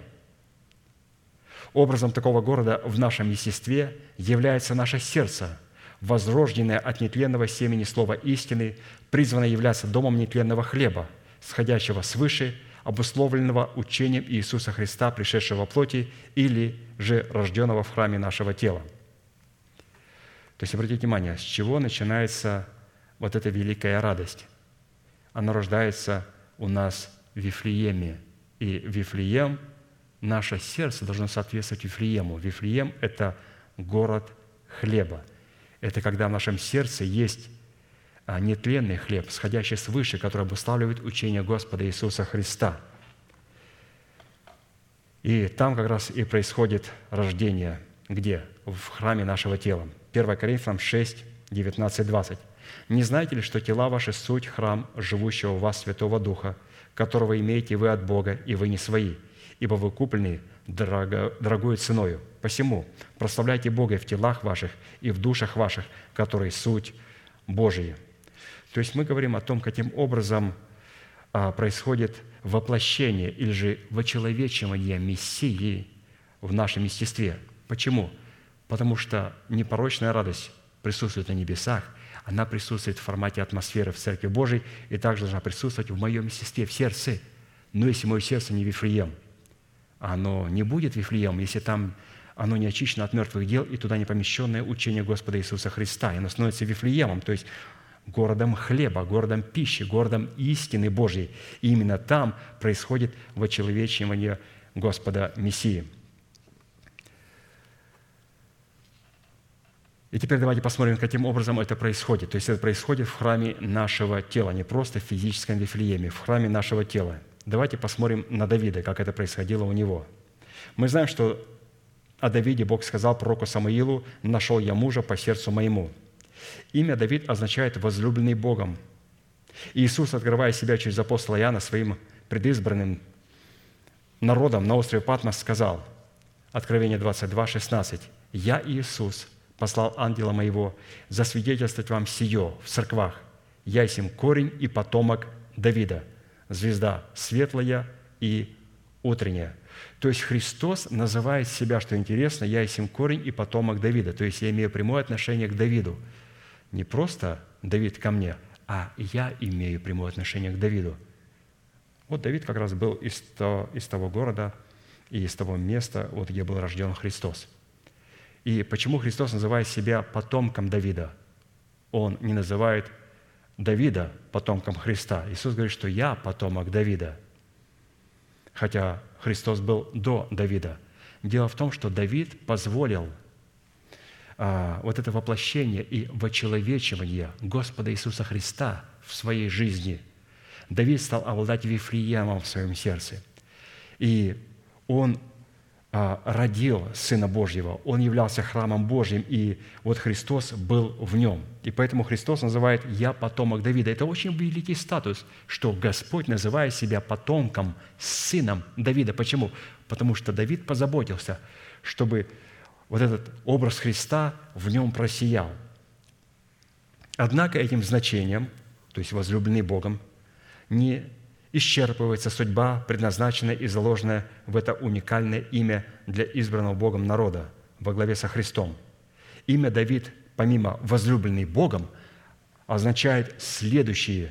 Образом такого города в нашем естестве является наше сердце, возрожденное от нетленного семени слова истины, призванное являться домом нетленного хлеба, сходящего свыше, обусловленного учением Иисуса Христа, пришедшего во плоти, или же рожденного в храме нашего тела. То есть, обратите внимание, с чего начинается вот эта великая радость? Она рождается у нас в Вифлееме. И Вифлеем, наше сердце должно соответствовать Вифлеему. Вифлеем – это город хлеба. Это когда в нашем сердце есть нетленный хлеб, сходящий свыше, который обуславливает учение Господа Иисуса Христа. И там как раз и происходит рождение. Где? В храме нашего тела. первое Коринфянам шесть, девятнадцать, двадцать. «Не знаете ли, что тела ваши суть храм живущего в вас Святого Духа, которого имеете вы от Бога, и вы не свои, ибо вы куплены дорого, дорогою ценою. Посему прославляйте Бога в телах ваших и в душах ваших, которые суть Божии». То есть мы говорим о том, каким образом происходит воплощение или же вочеловечивание Мессии в нашем естестве. Почему? Потому что непорочная радость присутствует на небесах, она присутствует в формате атмосферы в Церкви Божией и также должна присутствовать в моем естестве, в сердце. Но если мое сердце не Вифлеем, оно не будет Вифлеем, если там оно не очищено от мертвых дел и туда не помещенное учение Господа Иисуса Христа. И оно становится Вифлеемом, то есть городом хлеба, городом пищи, городом истины Божьей. И именно там происходит вочеловечивание Господа Мессии. И теперь давайте посмотрим, каким образом это происходит. То есть это происходит в храме нашего тела, не просто в физическом Вифлееме, в храме нашего тела. Давайте посмотрим на Давида, как это происходило у него. Мы знаем, что о Давиде Бог сказал пророку Самуилу: «Нашел я мужа по сердцу моему». Имя Давид означает «возлюбленный Богом». И Иисус, открывая себя через апостола Иоанна своим предизбранным народом на острове Патмос, сказал, Откровение двадцать два, шестнадцать, «Я, Иисус, послал ангела моего засвидетельствовать вам сие в церквах. Я есть корень и потомок Давида, звезда светлая и утренняя». То есть Христос называет себя, что интересно, «Я есть корень и потомок Давида». То есть я имею прямое отношение к Давиду. Не просто Давид ко мне, а я имею прямое отношение к Давиду. Вот Давид как раз был из того, из того города и из того места, вот где был рожден Христос. И почему Христос называет себя потомком Давида? Он не называет Давида потомком Христа. Иисус говорит, что «я потомок Давида», хотя Христос был до Давида. Дело в том, что Давид позволил а, вот это воплощение и вочеловечивание Господа Иисуса Христа в своей жизни. Давид стал обладать Вифлеемом в своем сердце. И он а, родил Сына Божьего, он являлся храмом Божьим, и вот Христос был в нем. И поэтому Христос называет «я потомок Давида». Это очень великий статус, что Господь называет себя потомком, сыном Давида. Почему? Потому что Давид позаботился, чтобы вот этот образ Христа в нем просиял. Однако этим значением, то есть возлюбленный Богом, не исчерпывается судьба, предназначенная и заложенная в это уникальное имя для избранного Богом народа во главе со Христом. Имя Давид, помимо «возлюбленный Богом», означает следующие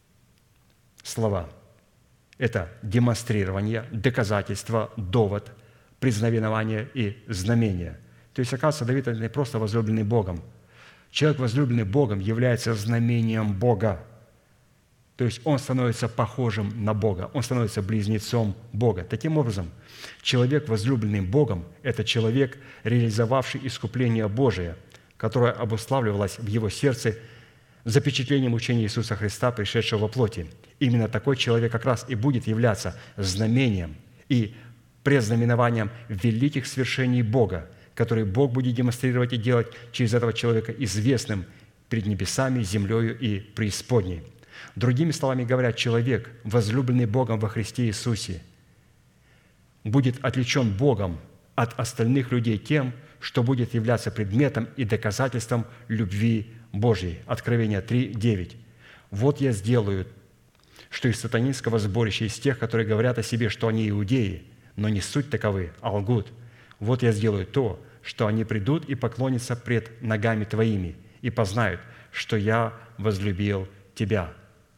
слова. Это демонстрирование, доказательство, довод, признаменование и знамение. То есть, оказывается, Давид – это не просто возлюбленный Богом. Человек, возлюбленный Богом, является знамением Бога. То есть он становится похожим на Бога, он становится близнецом Бога. Таким образом, человек, возлюбленный Богом, это человек, реализовавший искупление Божие, которое обуславливалось в его сердце запечатлением учения Иисуса Христа, пришедшего во плоти. Именно такой человек как раз и будет являться знамением и предзнаменованием великих свершений Бога, которые Бог будет демонстрировать и делать через этого человека известным перед небесами, землею и преисподней. Другими словами говоря, человек, возлюбленный Богом во Христе Иисусе, будет отличен Богом от остальных людей тем, что будет являться предметом и доказательством любви Божьей. Откровение три, девять. «Вот я сделаю, что из сатанинского сборища, из тех, которые говорят о себе, что они иудеи, но не суть таковы, а лгут. Вот я сделаю то, что они придут и поклонятся пред ногами твоими, и познают, что я возлюбил тебя».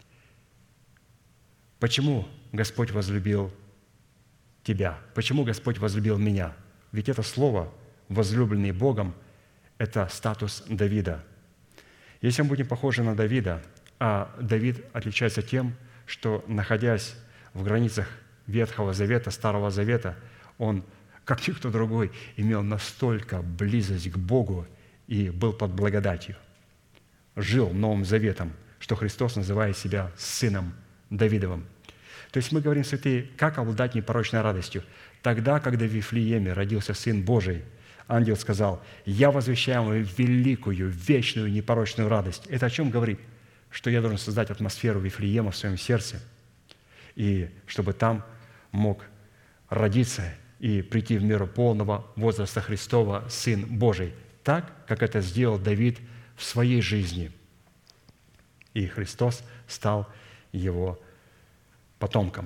Почему Господь возлюбил тебя? Почему Господь возлюбил меня? Ведь это слово «возлюбленный Богом» – это статус Давида. Если мы будем похожи на Давида, а Давид отличается тем, что, находясь в границах Ветхого Завета, Старого Завета, он, как никто другой, имел настолько близость к Богу и был под благодатью, жил Новым Заветом, что Христос называет себя Сыном Давидовым. То есть мы говорим, святые, как обладать непорочной радостью? Тогда, когда в Вифлееме родился Сын Божий, ангел сказал: «Я возвещаю вам великую, вечную, непорочную радость». Это о чем говорит? Что я должен создать атмосферу Вифлеема в своем сердце, и чтобы там мог родиться и прийти в меру полного возраста Христова Сын Божий, так, как это сделал Давид в своей жизни. И Христос стал его потомком.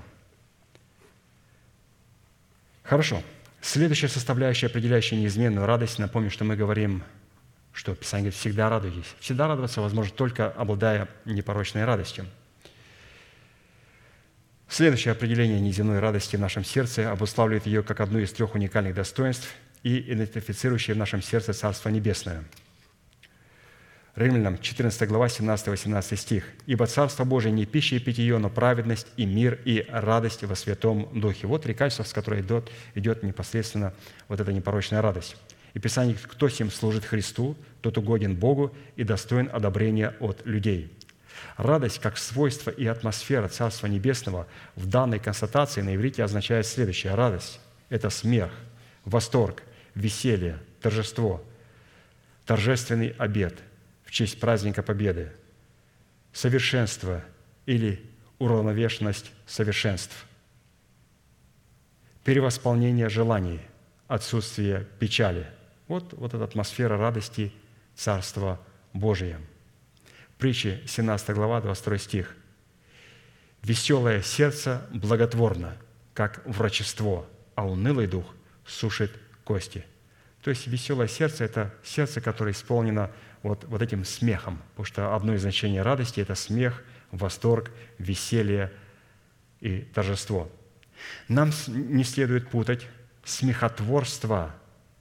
Хорошо. Следующая составляющая, определяющая неизменную радость, напомню, что мы говорим что Писание говорит, всегда радуйтесь. Всегда радоваться возможно только обладая непорочной радостью. Следующее определение неземной радости в нашем сердце обуславливает ее как одну из трех уникальных достоинств и идентифицирующее в нашем сердце Царство Небесное. Римлянам четырнадцатая глава, семнадцатый-восемнадцатый стих. «Ибо Царство Божие не пища и питье, но праведность и мир и радость во Святом Духе». Вот три качества, с которой идет, идет непосредственно вот эта непорочная радость. И Писание говорит, кто сим служит Христу, тот угоден Богу и достоин одобрения от людей. Радость, как свойство и атмосфера Царства Небесного, в данной констатации на иврите означает следующее. Радость – это смех, восторг, веселье, торжество, торжественный обет в честь праздника Победы, совершенство или уравновешенность совершенств, перевосполнение желаний, отсутствие печали. Вот, вот эта атмосфера радости Царства Божия. Притчи, семнадцатая глава, двадцать второй стих. «Веселое сердце благотворно, как врачество, а унылый дух сушит кости». То есть веселое сердце – это сердце, которое исполнено вот, вот этим смехом, потому что одно из значений радости – это смех, восторг, веселье и торжество. Нам не следует путать смехотворство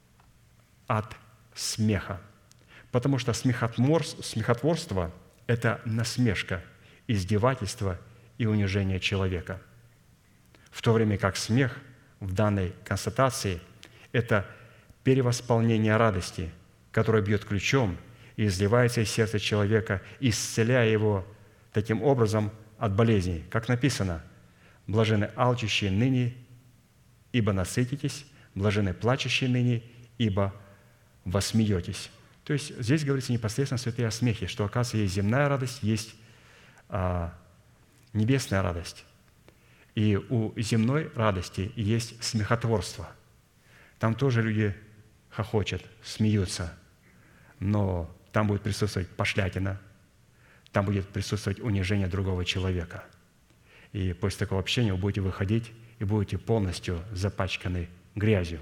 от смеха, потому что смехотворство – это насмешка, издевательство и унижение человека, в то время как смех в данной констатации – это перевосполнение радости, которое бьет ключом и изливается из сердца человека, исцеляя его таким образом от болезней. Как написано, «Блаженны алчущие ныне, ибо насытитесь, блаженны плачущие ныне, ибо восмеетесь». То есть здесь говорится непосредственно святые о смехе, что, оказывается, есть земная радость, есть а, небесная радость. И у земной радости есть смехотворство. Там тоже люди хохочут, смеются, но там будет присутствовать пошлятина, там будет присутствовать унижение другого человека. И после такого общения вы будете выходить и будете полностью запачканы грязью.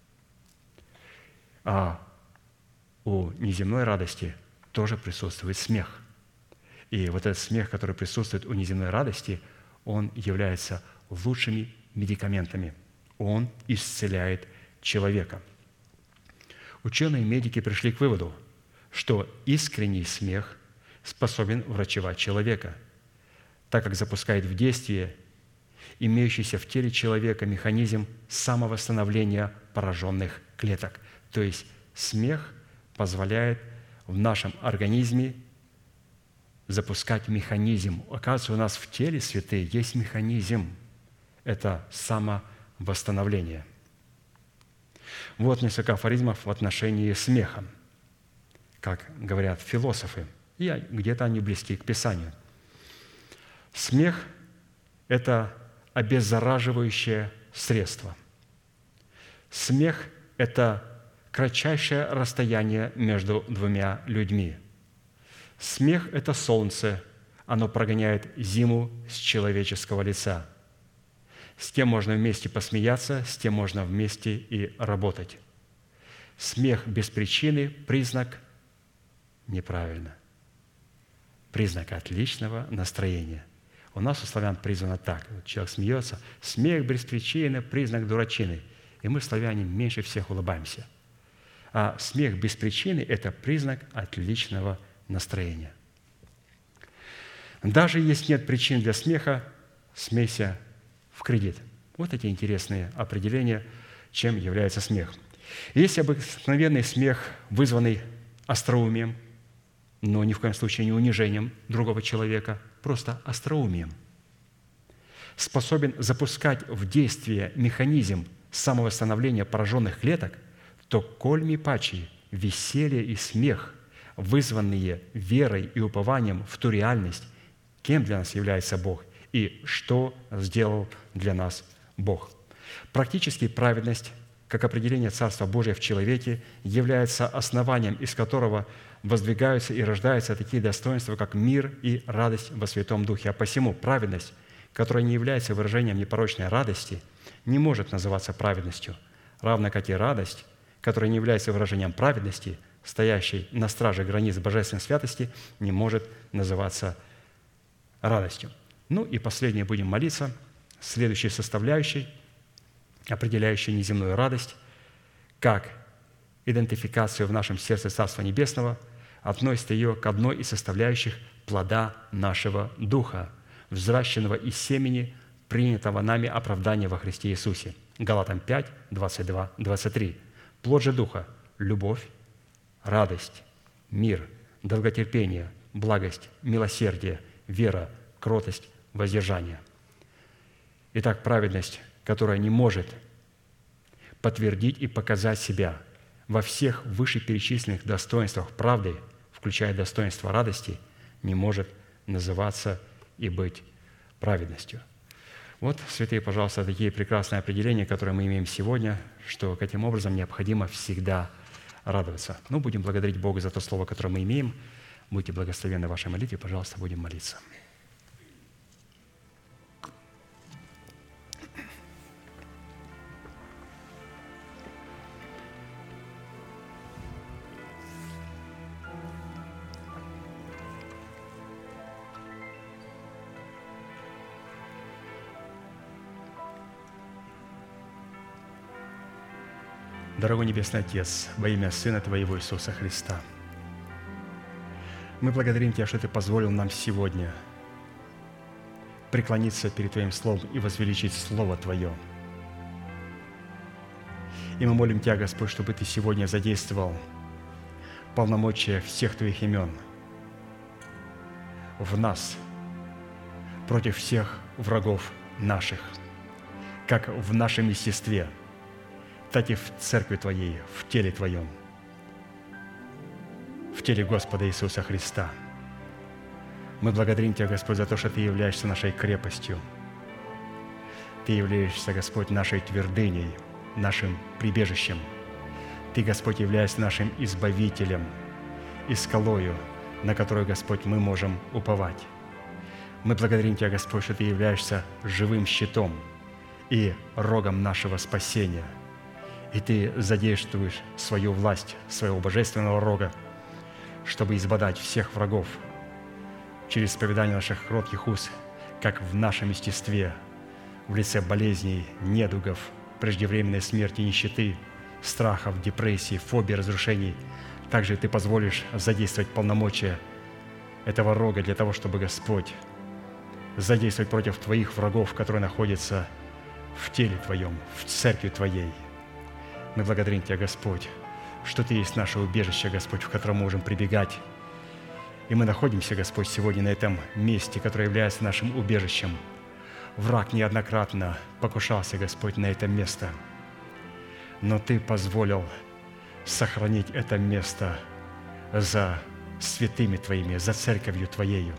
А у неземной радости тоже присутствует смех. И вот этот смех, который присутствует у неземной радости, он является лучшими медикаментами. Он исцеляет человека. Ученые-медики пришли к выводу, что искренний смех способен врачевать человека, так как запускает в действие имеющийся в теле человека механизм самовосстановления пораженных клеток. То есть смех позволяет в нашем организме запускать механизм. Оказывается, у нас в теле, святые, есть механизм. Это самовосстановление. Вот несколько афоризмов в отношении смеха, как говорят философы, и где-то они близки к Писанию. Смех – это обеззараживающее средство. Смех – это кратчайшее расстояние между двумя людьми. Смех – это солнце, оно прогоняет зиму с человеческого лица. С кем можно вместе посмеяться, с тем можно вместе и работать. Смех без причины – признак неправильно. Признак отличного настроения. У нас у славян призвано так. Человек смеется. Смех без причины – признак дурачины. И мы, славяне, меньше всех улыбаемся. А смех без причины – это признак отличного настроения. Даже если нет причин для смеха, смейся в кредит. Вот эти интересные определения, чем является смех. Есть обыкновенный смех, вызванный остроумием, но ни в коем случае не унижением другого человека, просто остроумием. Способен запускать в действие механизм самовосстановления пораженных клеток, то коль ми пачи веселье и смех, вызванные верой и упованием в ту реальность, кем для нас является Бог и что сделал для нас Бог. Практически праведность, как определение Царства Божия в человеке, является основанием, из которого воздвигаются и рождаются такие достоинства, как мир и радость во Святом Духе. А посему праведность, которая не является выражением непорочной радости, не может называться праведностью, равно как и радость, которая не является выражением праведности, стоящий на страже границ божественной святости, не может называться радостью. Ну и последнее будем молиться. Следующей составляющей, определяющей неземную радость, как идентификацию в нашем сердце Царства Небесного, относит ее к одной из составляющих плода нашего Духа, взращенного из семени, принятого нами оправдания во Христе Иисусе. Галатам пять, двадцать два, двадцать три. Плод же Духа – любовь, радость, мир, долготерпение, благость, милосердие, вера, кротость, воздержание. Итак, праведность, которая не может подтвердить и показать себя во всех вышеперечисленных достоинствах правды, включая достоинство радости, не может называться и быть праведностью. Вот, святые, пожалуйста, такие прекрасные определения, которые мы имеем сегодня, что к этим образом необходимо всегда радоваться. Ну, будем благодарить Бога за то слово, которое мы имеем. Будьте благословенны в вашей молитве, пожалуйста, будем молиться. Дорогой Небесный Отец, во имя Сына Твоего Иисуса Христа, мы благодарим Тебя, что Ты позволил нам сегодня преклониться перед Твоим Словом и возвеличить Слово Твое. И мы молим Тебя, Господь, чтобы Ты сегодня задействовал полномочия всех Твоих имен в нас против всех врагов наших, как в нашем естестве, так и в церкви Твоей, в теле Твоем, в теле Господа Иисуса Христа. Мы благодарим Тебя, Господь, за то, что Ты являешься нашей крепостью. Ты являешься, Господь, нашей твердыней, нашим прибежищем. Ты, Господь, являешься нашим избавителем и скалою, на которую, Господь, мы можем уповать. Мы благодарим Тебя, Господь, что Ты являешься живым щитом и рогом нашего спасения. И Ты задействуешь свою власть, своего божественного рога, чтобы избодать всех врагов через исповедание наших кротких уст, как в нашем естестве, в лице болезней, недугов, преждевременной смерти, нищеты, страхов, депрессий, фобий, разрушений. Также Ты позволишь задействовать полномочия этого рога для того, чтобы, Господь, задействовать против Твоих врагов, которые находятся в теле Твоем, в церкви Твоей. Мы благодарим Тебя, Господь, что Ты есть наше убежище, Господь, в котором мы можем прибегать. И мы находимся, Господь, сегодня на этом месте, которое является нашим убежищем. Враг неоднократно покушался, Господь, на это место. Но Ты позволил сохранить это место за святыми Твоими, за церковью Твоею.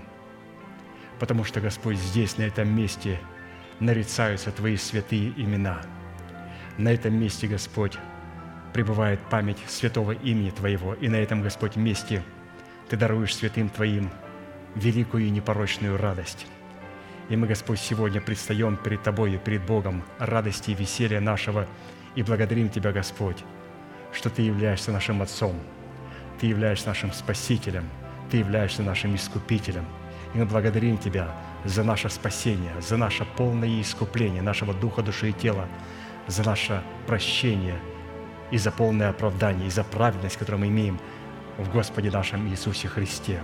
Потому что, Господь, здесь, на этом месте, нарицаются Твои святые имена. На этом месте, Господь, пребывает память святого имени Твоего. И на этом, Господь, месте Ты даруешь святым Твоим великую и непорочную радость. И мы, Господь, сегодня предстаем перед Тобою, перед Богом радости и веселья нашего, и благодарим Тебя, Господь, что Ты являешься нашим Отцом, Ты являешься нашим Спасителем, Ты являешься нашим Искупителем. И мы благодарим Тебя за наше спасение, за наше полное искупление нашего духа, души и тела, за наше прощение и за полное оправдание, и за праведность, которую мы имеем в Господе нашем Иисусе Христе.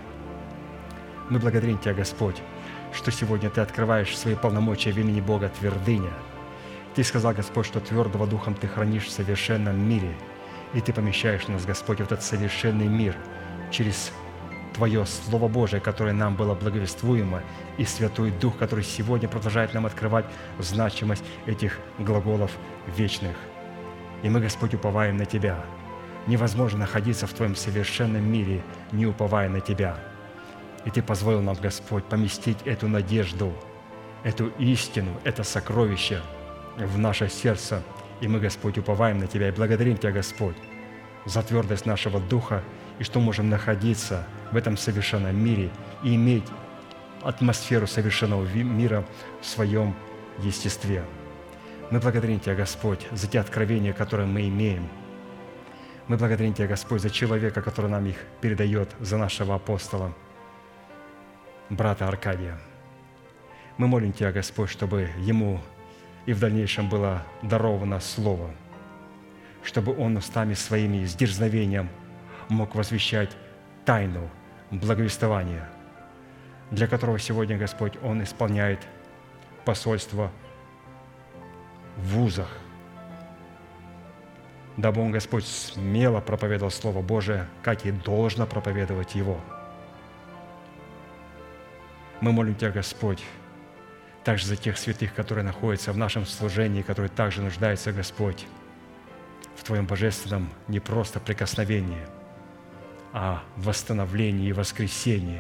Мы благодарим Тебя, Господь, что сегодня Ты открываешь свои полномочия в имени Бога твердыня. Ты сказал, Господь, что твердого духом Ты хранишь в совершенном мире, и Ты помещаешь нас, Господь, в этот совершенный мир через Твое Слово Божие, которое нам было благовествуемо, и Святой Дух, который сегодня продолжает нам открывать значимость этих глаголов вечных. И мы, Господь, уповаем на Тебя. Невозможно находиться в Твоем совершенном мире, не уповая на Тебя. И Ты позволил нам, Господь, поместить эту надежду, эту истину, это сокровище в наше сердце. И мы, Господь, уповаем на Тебя и благодарим Тебя, Господь, за твердость нашего духа, и что можем находиться в этом совершенном мире и иметь атмосферу совершенного мира в своем естестве. Мы благодарим Тебя, Господь, за те откровения, которые мы имеем Мы благодарим Тебя, Господь, за человека, который нам их передает, за нашего апостола, брата Аркадия. Мы молим Тебя, Господь, чтобы ему и в дальнейшем было даровано Слово, чтобы он устами своими с дерзновением мог возвещать тайну благовествования, для которого сегодня, Господь, он исполняет посольство в вузах, дабы он, Господь, смело проповедовал Слово Божие, как и должно проповедовать его. Мы молим Тебя, Господь, также за тех святых, которые находятся в нашем служении, которые также нуждаются, Господь, в Твоем божественном не просто прикосновении, а восстановлении и воскресении.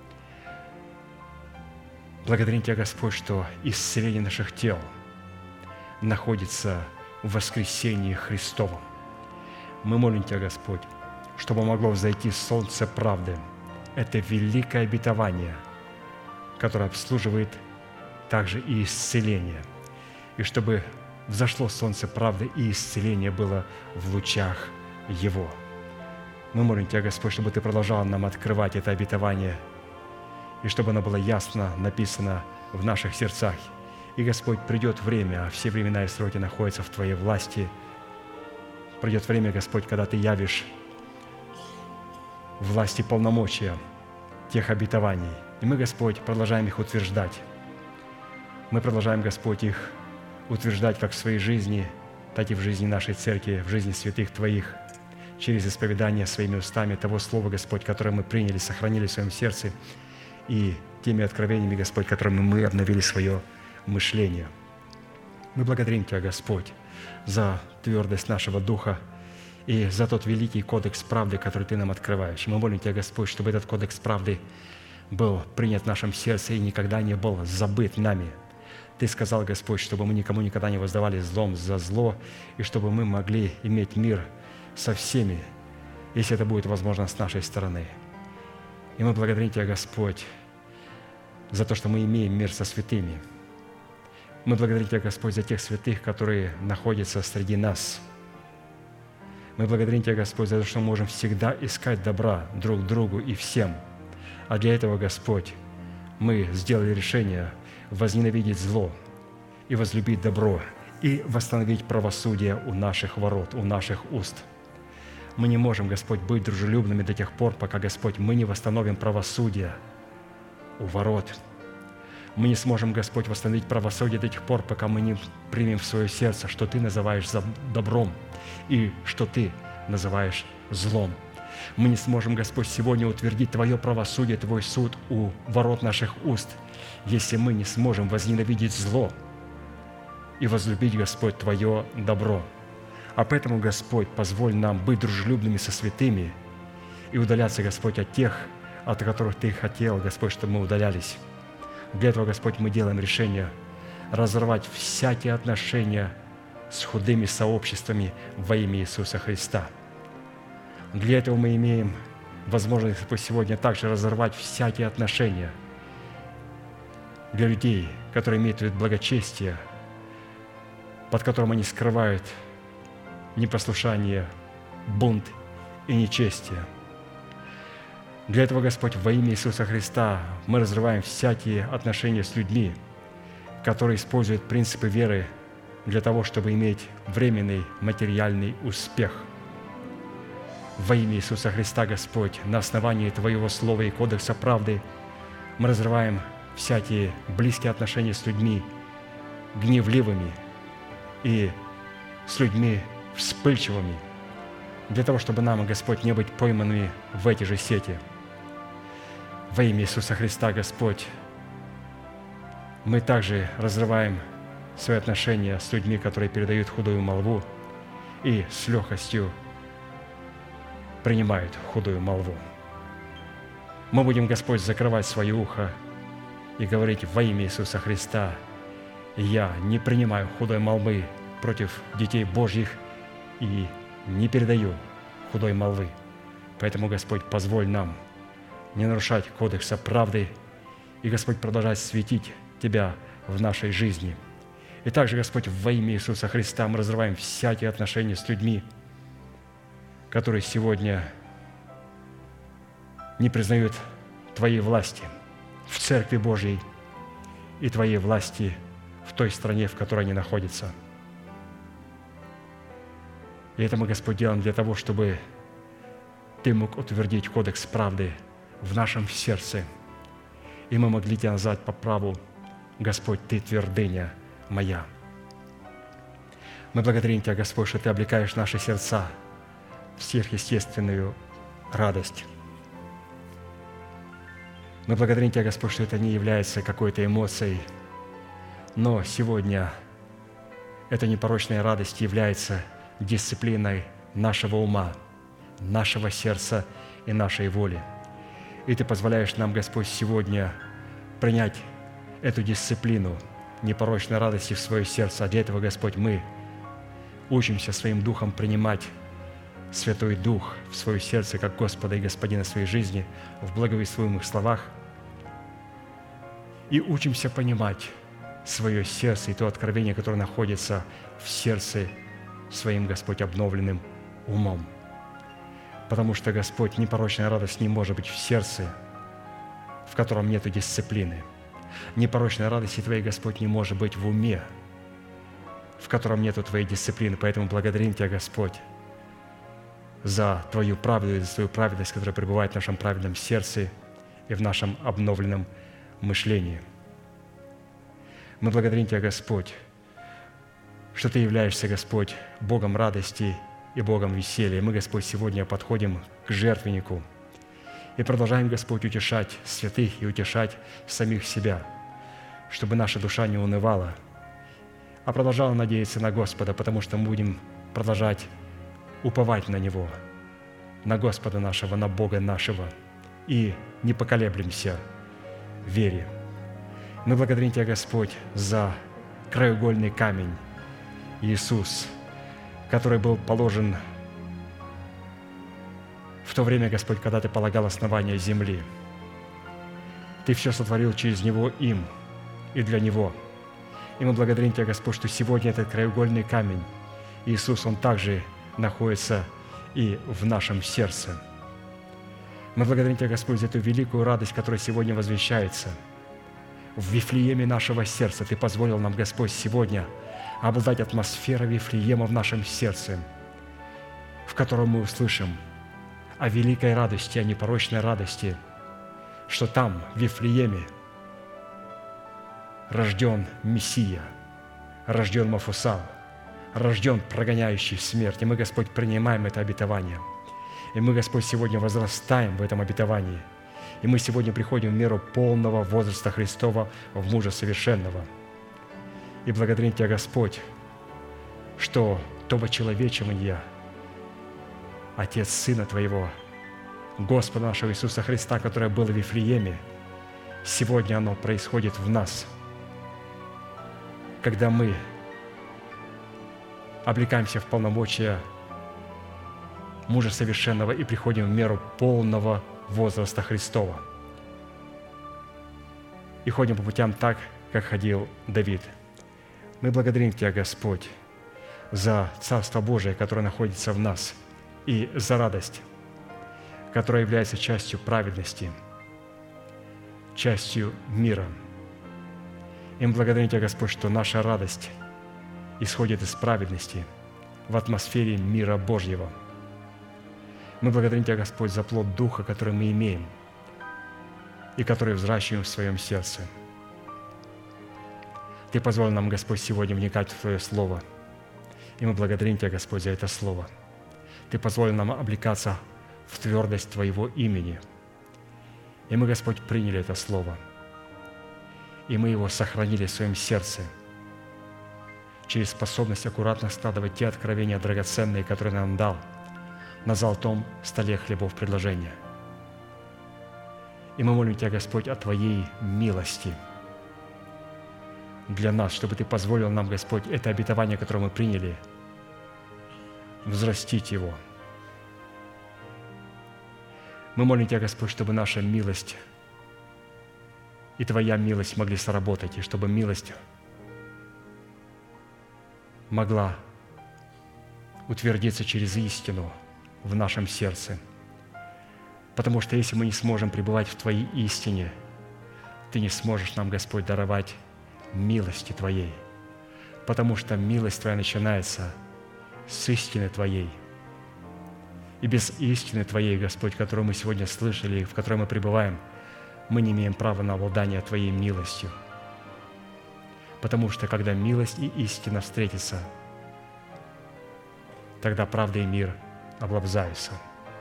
Благодарим Тебя, Господь, что исцеление наших тел находится в воскресении Христовом. Мы молим Тебя, Господь, чтобы могло взойти солнце правды. Это великое обетование, которое обслуживает также и исцеление. И чтобы взошло солнце правды, и исцеление было в лучах Его. Мы молим Тебя, Господь, чтобы Ты продолжал нам открывать это обетование, и чтобы оно было ясно написано в наших сердцах. И, Господь, придет время, а все времена и сроки находятся в Твоей власти. Придет время, Господь, когда Ты явишь власти полномочия тех обетований. И мы, Господь, продолжаем их утверждать. Мы продолжаем, Господь, их утверждать как в своей жизни, так и в жизни нашей церкви, в жизни святых Твоих, через исповедание своими устами того Слова, Господь, которое мы приняли, сохранили в своем сердце, и теми откровениями, Господь, которыми мы обновили свое мышление. Мы благодарим Тебя, Господь, за твердость нашего духа и за тот великий кодекс правды, который Ты нам открываешь. Мы молим Тебя, Господь, чтобы этот кодекс правды был принят в нашем сердце и никогда не был забыт нами. Ты сказал, Господь, чтобы мы никому никогда не воздавали злом за зло, и чтобы мы могли иметь мир со всеми, если это будет возможно с нашей стороны. И мы благодарим Тебя, Господь, за то, что мы имеем мир со святыми. Мы благодарим Тебя, Господь, за тех святых, которые находятся среди нас. Мы благодарим Тебя, Господь, за то, что мы можем всегда искать добра друг другу и всем. А для этого, Господь, мы сделали решение возненавидеть зло и возлюбить добро, и восстановить правосудие у наших ворот, у наших уст. Мы не можем, Господь, быть дружелюбными до тех пор, пока, Господь, мы не восстановим правосудие у ворот. Мы не сможем, Господь, восстановить правосудие до тех пор, пока мы не примем в свое сердце, что Ты называешь добром и что Ты называешь злом. Мы не сможем, Господь, сегодня утвердить Твое правосудие, Твой суд у ворот наших уст, если мы не сможем возненавидеть зло и возлюбить, Господь, Твое добро. А поэтому, Господь, позволь нам быть дружелюбными со святыми и удаляться, Господь, от тех, от которых Ты хотел, Господь, чтобы мы удалялись. Для этого, Господь, мы делаем решение разорвать всякие отношения с худыми сообществами во имя Иисуса Христа. Для этого мы имеем возможность, Господь, сегодня также разорвать всякие отношения для людей, которые имеют вид благочестие, под которым они скрывают непослушание, бунт и нечестие. Для этого, Господь, во имя Иисуса Христа мы разрываем всякие отношения с людьми, которые используют принципы веры для того, чтобы иметь временный материальный успех. Во имя Иисуса Христа, Господь, на основании Твоего Слова и Кодекса правды мы разрываем всякие близкие отношения с людьми гневливыми и с людьми вспыльчивыми, для того, чтобы нам, Господь, не быть пойманными в эти же сети. Во имя Иисуса Христа, Господь, мы также разрываем свои отношения с людьми, которые передают худую молву и с легкостью принимают худую молву. Мы будем, Господь, закрывать свое ухо и говорить во имя Иисуса Христа: «Я не принимаю худой молвы против детей Божьих и не передаю худой молвы». Поэтому, Господь, позволь нам не нарушать кодекса правды и, Господь, продолжать светить Тебя в нашей жизни. И также, Господь, во имя Иисуса Христа мы разрываем всякие отношения с людьми, которые сегодня не признают Твоей власти в Церкви Божьей и Твоей власти в той стране, в которой они находятся. И это мы, Господь, делаем для того, чтобы Ты мог утвердить кодекс правды в нашем сердце, и мы могли Тебя назвать по праву: Господь, Ты твердыня моя. Мы благодарим Тебя, Господь, что Ты облекаешь наши сердца в сверхъестественную радость. Мы благодарим Тебя, Господь, что это не является какой-то эмоцией, но сегодня эта непорочная радость является дисциплиной нашего ума, нашего сердца и нашей воли. И Ты позволяешь нам, Господь, сегодня принять эту дисциплину непорочной радости в свое сердце. А для этого, Господь, мы учимся своим Духом принимать Святой Дух в свое сердце, как Господа и Господина своей жизни, в благовествуемых словах, и учимся понимать свое сердце и то откровение, которое находится в сердце своим, Господь, обновленным умом. Потому что, Господь, непорочная радость не может быть в сердце, в котором нет дисциплины. Непорочной радости Твоей, Господь, не может быть в уме, в котором нет Твоей дисциплины. Поэтому благодарим Тебя, Господь, за Твою правду и за Твою праведность, которая пребывает в нашем праведном сердце и в нашем обновленном мышлении. Мы благодарим Тебя, Господь, что Ты являешься, Господь, Богом радости и Богом веселья. Мы, Господь, сегодня подходим к жертвеннику и продолжаем, Господь, утешать святых и утешать самих себя, чтобы наша душа не унывала, а продолжала надеяться на Господа, потому что мы будем продолжать уповать на Него, на Господа нашего, на Бога нашего, и не поколеблемся в вере. Мы благодарим Тебя, Господь, за краеугольный камень Иисус, который был положен в то время, Господь, когда Ты полагал основания земли. Ты все сотворил через Него, им и для Него. И мы благодарим Тебя, Господь, что сегодня этот краеугольный камень Иисус, Он также находится и в нашем сердце. Мы благодарим Тебя, Господь, за эту великую радость, которая сегодня возвещается в Вифлееме нашего сердца. Ты позволил нам, Господь, сегодня обладать атмосферой Вифлеема в нашем сердце, в котором мы услышим о великой радости, о непорочной радости, что там, в Вифлееме, рожден Мессия, рожден Мафусал, рожден прогоняющий смерть. И мы, Господь, принимаем это обетование. И мы, Господь, сегодня возрастаем в этом обетовании. И мы сегодня приходим в меру полного возраста Христова в мужа совершенного. И благодарим Тебя, Господь, что то вочеловечивание Отец Сына Твоего, Господа нашего Иисуса Христа, которое было в Вифлееме, сегодня оно происходит в нас, когда мы облекаемся в полномочия мужа совершенного и приходим в меру полного возраста Христова. И ходим по путям так, как ходил Давид. Мы благодарим Тебя, Господь, за Царство Божие, которое находится в нас, и за радость, которая является частью праведности, частью мира. И мы благодарим Тебя, Господь, что наша радость исходит из праведности в атмосфере мира Божьего. Мы благодарим Тебя, Господь, за плод Духа, который мы имеем и который взращиваем в своем сердце. Ты позволил нам, Господь, сегодня вникать в Твое Слово, и мы благодарим Тебя, Господь, за это Слово. Ты позволил нам облекаться в твердость Твоего имени. И мы, Господь, приняли это Слово, и мы его сохранили в своем сердце через способность аккуратно складывать те откровения драгоценные, которые нам дал на золотом столе хлебов предложения. И мы молим Тебя, Господь, о Твоей милости для нас, чтобы Ты позволил нам, Господь, это обетование, которое мы приняли, взрастить его. Мы молим Тебя, Господь, чтобы наша милость и Твоя милость могли сработать, и чтобы милость могла утвердиться через истину в нашем сердце. Потому что если мы не сможем пребывать в Твоей истине, Ты не сможешь нам, Господь, даровать милости Твоей, потому что милость Твоя начинается с истины Твоей. И без истины Твоей, Господь, которую мы сегодня слышали, в которой мы пребываем, мы не имеем права на обладание Твоей милостью. Потому что когда милость и истина встретятся, тогда правда и мир облобзаются.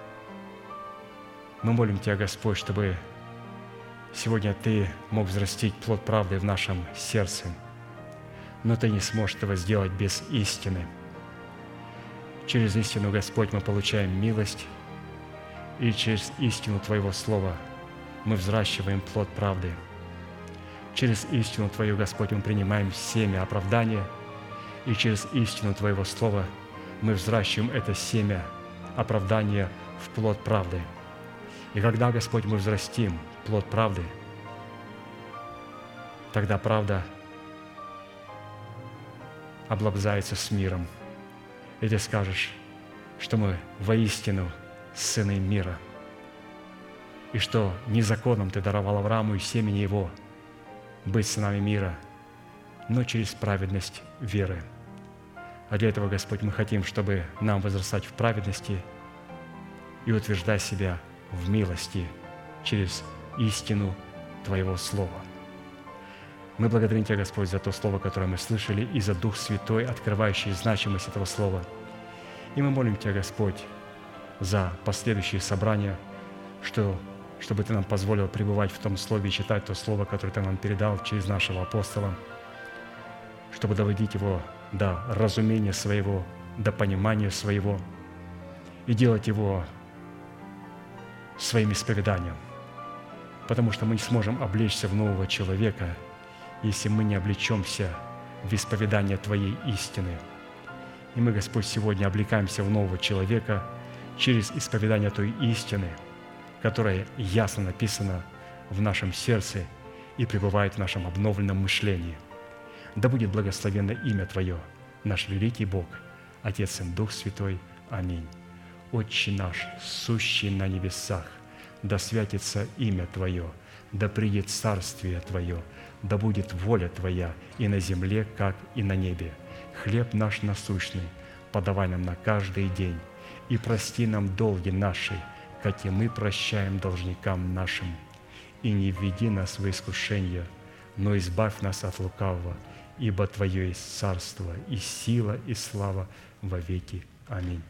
Мы молим Тебя, Господь, чтобы сегодня Ты мог взрастить плод правды в нашем сердце, но Ты не сможешь этого сделать без истины. Через истину, Господь, мы получаем милость, и через истину Твоего Слова мы взращиваем плод правды. Через истину Твою, Господь, мы принимаем семя оправдания, и через истину Твоего Слова мы взращиваем это семя оправдания в плод правды. И когда, Господь, мы взрастим плод правды, тогда правда облобзается с миром. И Ты скажешь, что мы воистину сыны мира, и что не законом Ты даровал Аврааму и семени его быть сынами мира, но через праведность веры. А для этого, Господь, мы хотим, чтобы нам возрастать в праведности и утверждать себя в милости через истину Твоего Слова. Мы благодарим Тебя, Господь, за то Слово, которое мы слышали, и за Дух Святой, открывающий значимость этого Слова. И мы молим Тебя, Господь, за последующие собрания, что, чтобы Ты нам позволил пребывать в том Слове и читать то Слово, которое Ты нам передал через нашего апостола, чтобы доводить его до разумения своего, до понимания своего и делать его своим исповеданием. Потому что мы не сможем облечься в нового человека, если мы не облечемся в исповедание Твоей истины. И мы, Господь, сегодня облекаемся в нового человека через исповедание Той истины, которая ясно написана в нашем сердце и пребывает в нашем обновленном мышлении. Да будет благословенно имя Твое, наш великий Бог, Отец и Дух Святой. Аминь. Отче наш, сущий на небесах, да святится имя Твое, да придет царствие Твое, да будет воля Твоя и на земле, как и на небе. Хлеб наш насущный подавай нам на каждый день, и прости нам долги наши, как и мы прощаем должникам нашим. И не введи нас в искушение, но избавь нас от лукавого, ибо Твое есть царство, и сила, и слава во веки. Аминь.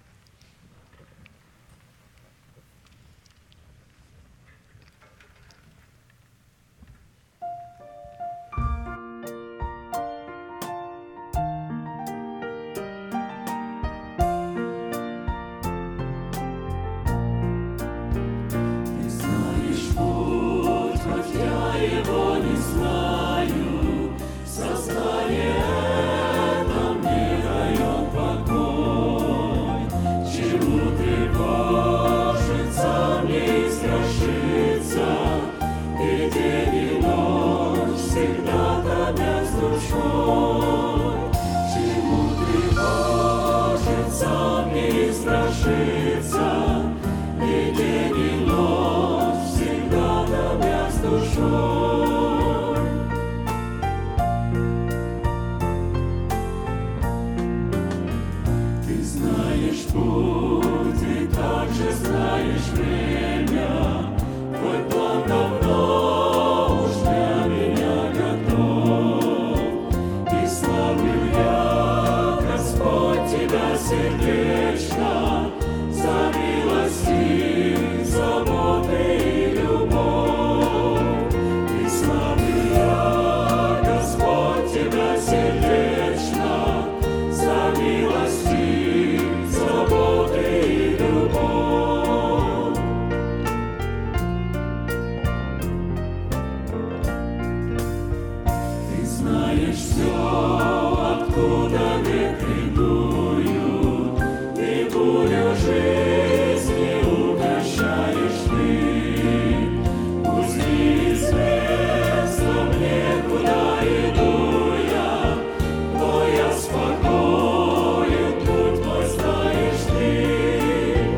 Его не знаю, сознание это мне дает покой. Чему тревожиться, не страшиться, и день и ночь всегда томя с душой. Чему тревожиться, не страшиться, и день и ночь всегда томя с душой. Ты знаешь путь и также знаешь время. Твой план давно уж для меня готов. И славлю я, Господь, Тебя сердечно за милости, заботы и любовь. И славлю я, Господь, Тебя сердечно за милости, заботы и любовь. Ты знаешь все, откуда ветры дуют, и бурю жизни угощаешь Ты. Пусть неизвестно мне, куда иду я, но я спокоен, путь мой знаешь Ты.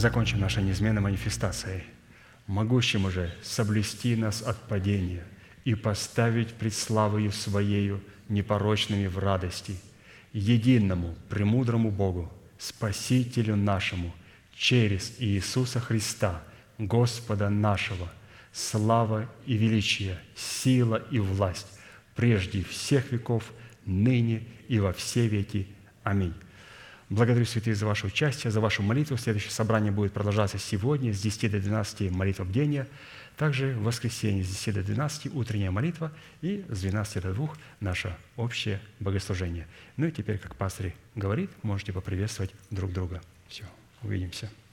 закончим нашей неизменной манифестацией. Могущему же соблюсти нас от падения и поставить пред славою Своею непорочными в радости, единому, премудрому Богу, Спасителю нашему, через Иисуса Христа, Господа нашего, слава и величие, сила и власть, прежде всех веков, ныне и во все веки. Аминь. Благодарю, святые, за ваше участие, за вашу молитву. Следующее собрание будет продолжаться сегодня с десяти до двенадцати молитва бдения. Также в воскресенье с десяти до двенадцати утренняя молитва и с двенадцати до двух наше общее богослужение. Ну и теперь, как пастырь говорит, можете поприветствовать друг друга. Все, увидимся.